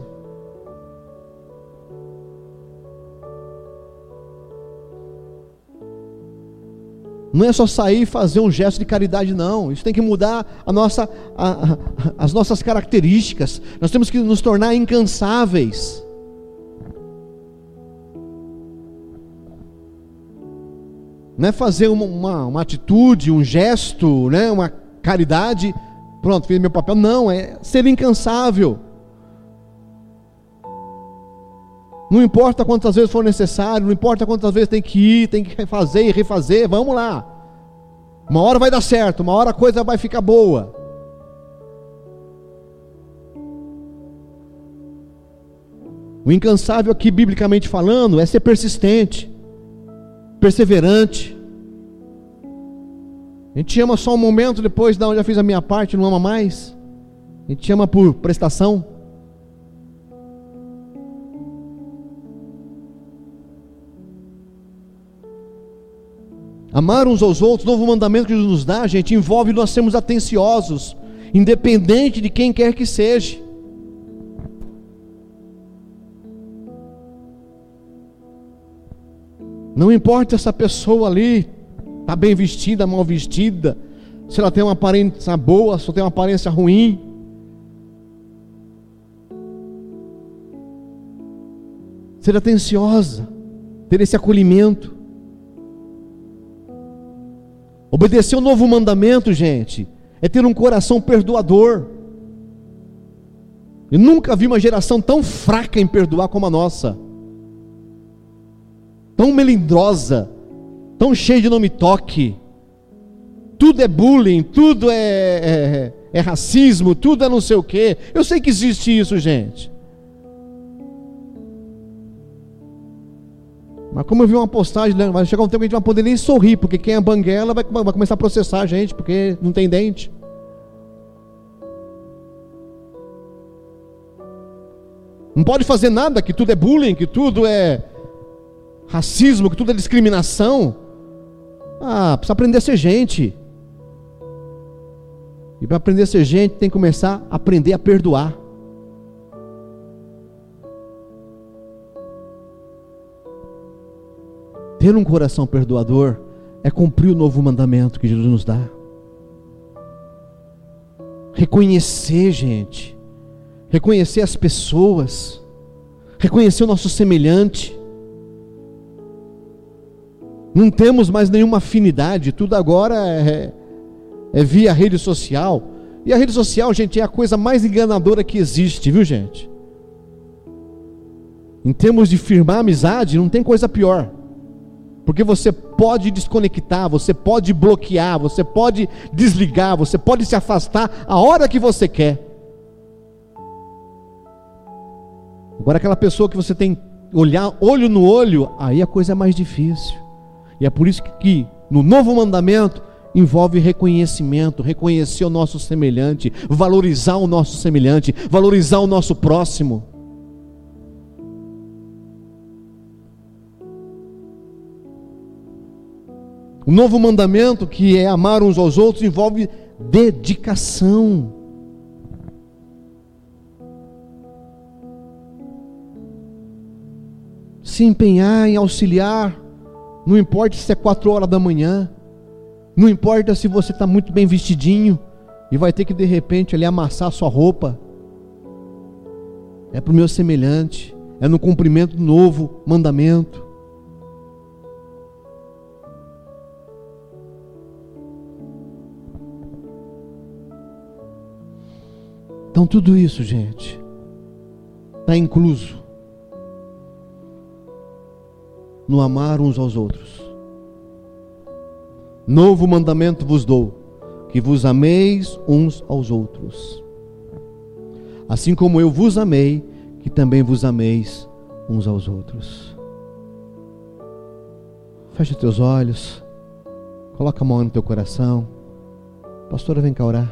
Não é só sair e fazer um gesto de caridade, não. Isso tem que mudar a nossa, a, a, as nossas características. Nós temos que nos tornar incansáveis. Não é fazer uma, uma, uma atitude, um gesto, né, uma caridade, pronto, fiz meu papel. Não, é ser incansável. Não importa quantas vezes for necessário, não importa quantas vezes tem que ir, tem que fazer e refazer, vamos lá. Uma hora vai dar certo, uma hora a coisa vai ficar boa. O incansável aqui, biblicamente falando, é ser persistente, perseverante. A gente ama só um momento, depois não, já fiz a minha parte, não ama mais. A gente ama por prestação. Amar uns aos outros, novo mandamento que Jesus nos dá, gente, envolve nós sermos atenciosos, independente de quem quer que seja. Não importa essa pessoa ali está bem vestida, mal vestida, se ela tem uma aparência boa, se ela tem uma aparência ruim. Ser atenciosa, ter esse acolhimento. Obedecer o novo mandamento, gente, é ter um coração perdoador. Eu nunca vi uma geração tão fraca em perdoar como a nossa, tão melindrosa, tão cheia de não me toque. Tudo é bullying, tudo é, é, é racismo, tudo é não sei o quê. Eu sei que existe isso, gente. Mas como eu vi uma postagem, vai chegar um tempo que a gente não vai poder nem sorrir, porque quem é banguela vai, vai começar a processar a gente, porque não tem dente. Não pode fazer nada, que tudo é bullying, que tudo é racismo, que tudo é discriminação. Ah, precisa aprender a ser gente. E para aprender a ser gente, tem que começar a aprender a perdoar. Ter um coração perdoador é cumprir o novo mandamento que Jesus nos dá. Reconhecer, gente, reconhecer as pessoas, reconhecer o nosso semelhante. Não temos mais nenhuma afinidade, tudo agora é, é via rede social. E a rede social, gente, é a coisa mais enganadora que existe, viu, gente? Em termos de firmar amizade, não tem coisa pior. Porque você pode desconectar, você pode bloquear, você pode desligar, você pode se afastar a hora que você quer. Agora aquela pessoa que você tem que olhar olho no olho, aí a coisa é mais difícil. E é por isso que, que no novo mandamento envolve reconhecimento, reconhecer o nosso semelhante, valorizar o nosso semelhante, valorizar o nosso próximo. O novo mandamento, que é amar uns aos outros, envolve dedicação. Se empenhar em auxiliar, não importa se é quatro horas da manhã, não importa se você está muito bem vestidinho e vai ter que de repente ali amassar a sua roupa. É para o meu semelhante, é no cumprimento do novo mandamento. Então tudo isso, gente, está incluso no amar uns aos outros. Novo mandamento vos dou, que vos ameis uns aos outros. Assim como eu vos amei, que também vos ameis uns aos outros. Fecha os teus olhos. Coloca a mão no teu coração. Pastora, vem cá orar.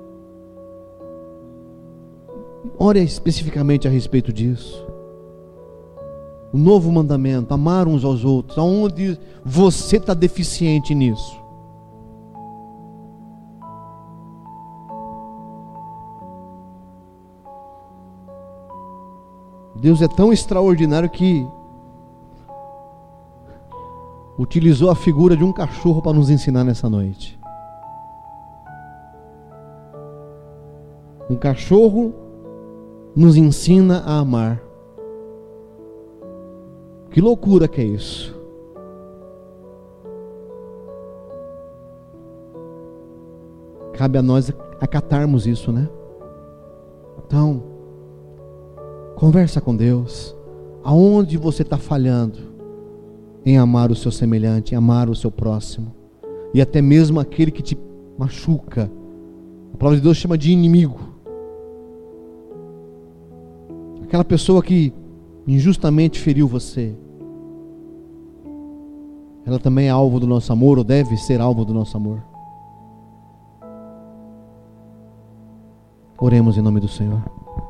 Ore especificamente a respeito disso. O novo mandamento, amar uns aos outros. Aonde você está deficiente nisso? Deus é tão extraordinário que utilizou a figura de um cachorro para nos ensinar nessa noite. Um cachorro nos ensina a amar. Que loucura que é isso! Cabe a nós acatarmos isso, né? Então, conversa com Deus. Aonde você está falhando em amar o seu semelhante, em amar o seu próximo, e até mesmo aquele que te machuca. A palavra de Deus chama de inimigo. Aquela pessoa que injustamente feriu você. Ela também é alvo do nosso amor, ou deve ser alvo do nosso amor. Oremos em nome do Senhor.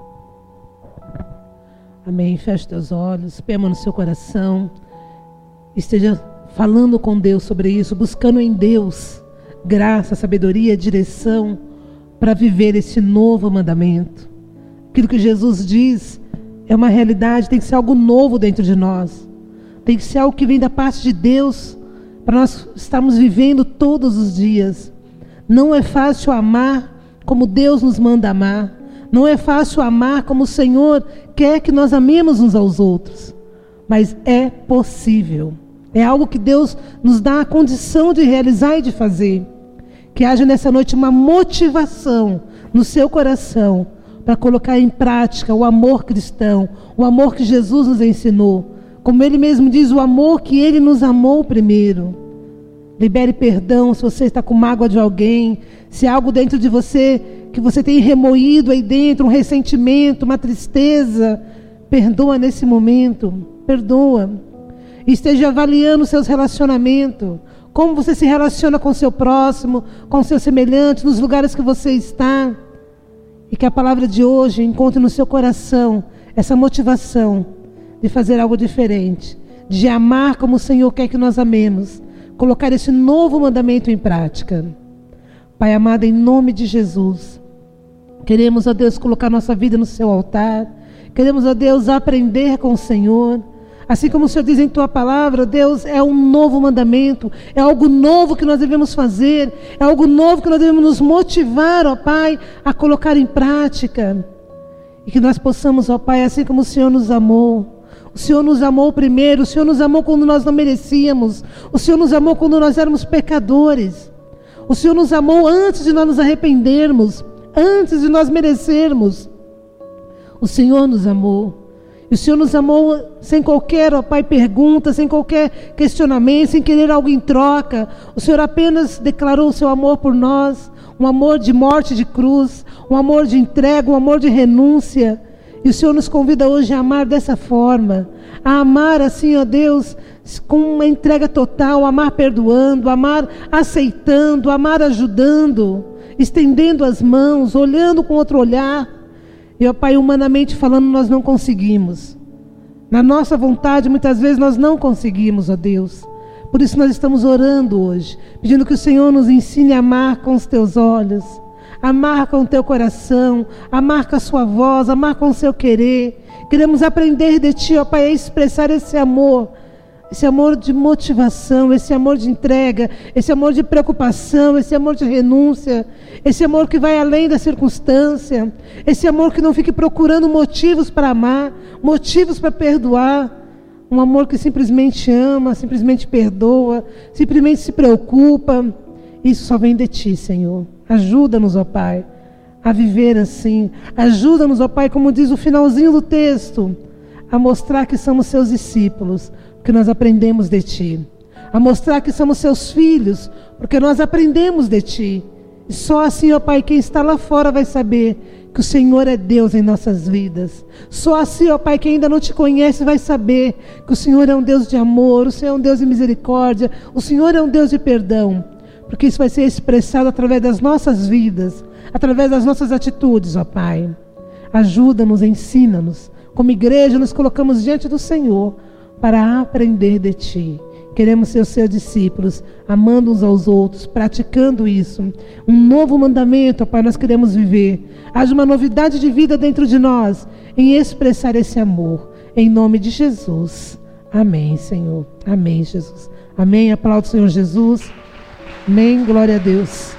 Amém. Feche teus olhos, põe a mão no seu coração. Esteja falando com Deus sobre isso, buscando em Deus graça, sabedoria, direção para viver esse novo mandamento. Aquilo que Jesus diz é uma realidade, tem que ser algo novo dentro de nós. Tem que ser algo que vem da parte de Deus para nós estarmos vivendo todos os dias. Não é fácil amar como Deus nos manda amar. Não é fácil amar como o Senhor quer que nós amemos uns aos outros. Mas é possível. É algo que Deus nos dá a condição de realizar e de fazer. Que haja nessa noite uma motivação no seu coração para colocar em prática o amor cristão, o amor que Jesus nos ensinou. Como Ele mesmo diz, o amor que Ele nos amou primeiro. Libere perdão se você está com mágoa de alguém, se há algo dentro de você que você tem remoído aí dentro, um ressentimento, uma tristeza. Perdoa nesse momento, perdoa. E esteja avaliando seus relacionamentos, como você se relaciona com o seu próximo, com o seu semelhante, nos lugares que você está. E que a palavra de hoje encontre no seu coração essa motivação de fazer algo diferente, de amar como o Senhor quer que nós amemos, colocar esse novo mandamento em prática. Pai amado, em nome de Jesus, queremos, ó Deus, colocar nossa vida no seu altar, queremos, ó Deus, aprender com o Senhor. Assim como o Senhor diz em tua palavra, Deus, é um novo mandamento, é algo novo que nós devemos fazer, é algo novo que nós devemos nos motivar, ó Pai, a colocar em prática. E que nós possamos, ó Pai, assim como o Senhor nos amou, o Senhor nos amou primeiro, o Senhor nos amou quando nós não merecíamos, o Senhor nos amou quando nós éramos pecadores, o Senhor nos amou antes de nós nos arrependermos, antes de nós merecermos. O Senhor nos amou. E o Senhor nos amou sem qualquer, ó Pai, pergunta, sem qualquer questionamento, sem querer algo em troca. O Senhor apenas declarou o seu amor por nós, um amor de morte de cruz, um amor de entrega, um amor de renúncia. E o Senhor nos convida hoje a amar dessa forma, a amar assim, ó Deus, com uma entrega total, amar perdoando, amar aceitando, amar ajudando, estendendo as mãos, olhando com outro olhar. E, ó Pai, humanamente falando, nós não conseguimos. Na nossa vontade, muitas vezes, nós não conseguimos, ó Deus. Por isso nós estamos orando hoje, pedindo que o Senhor nos ensine a amar com os teus olhos, amar com o teu coração, amar com a sua voz, amar com o seu querer. Queremos aprender de Ti, ó Pai, a expressar esse amor, esse amor de motivação, esse amor de entrega, esse amor de preocupação, esse amor de renúncia, esse amor que vai além da circunstância, esse amor que não fique procurando motivos para amar, motivos para perdoar, um amor que simplesmente ama, simplesmente perdoa, simplesmente se preocupa. Isso só vem de Ti, Senhor. Ajuda-nos, ó Pai, a viver assim. Ajuda-nos, ó Pai, como diz o finalzinho do texto, a mostrar que somos Seus discípulos, porque nós aprendemos de Ti. A mostrar que somos Seus filhos, porque nós aprendemos de Ti. E só assim, ó Pai, quem está lá fora vai saber que o Senhor é Deus em nossas vidas. Só assim, ó Pai, quem ainda não te conhece vai saber que o Senhor é um Deus de amor, o Senhor é um Deus de misericórdia, o Senhor é um Deus de perdão. Porque isso vai ser expressado através das nossas vidas, através das nossas atitudes, ó Pai. Ajuda-nos, ensina-nos. Como igreja, nos colocamos diante do Senhor para aprender de Ti. Queremos ser os Seus discípulos, amando uns aos outros, praticando isso. Um novo mandamento, ó Pai, nós queremos viver. Haja uma novidade de vida dentro de nós, em expressar esse amor. Em nome de Jesus. Amém, Senhor. Amém, Jesus. Amém. Aplauda o Senhor Jesus. Amém. Glória a Deus.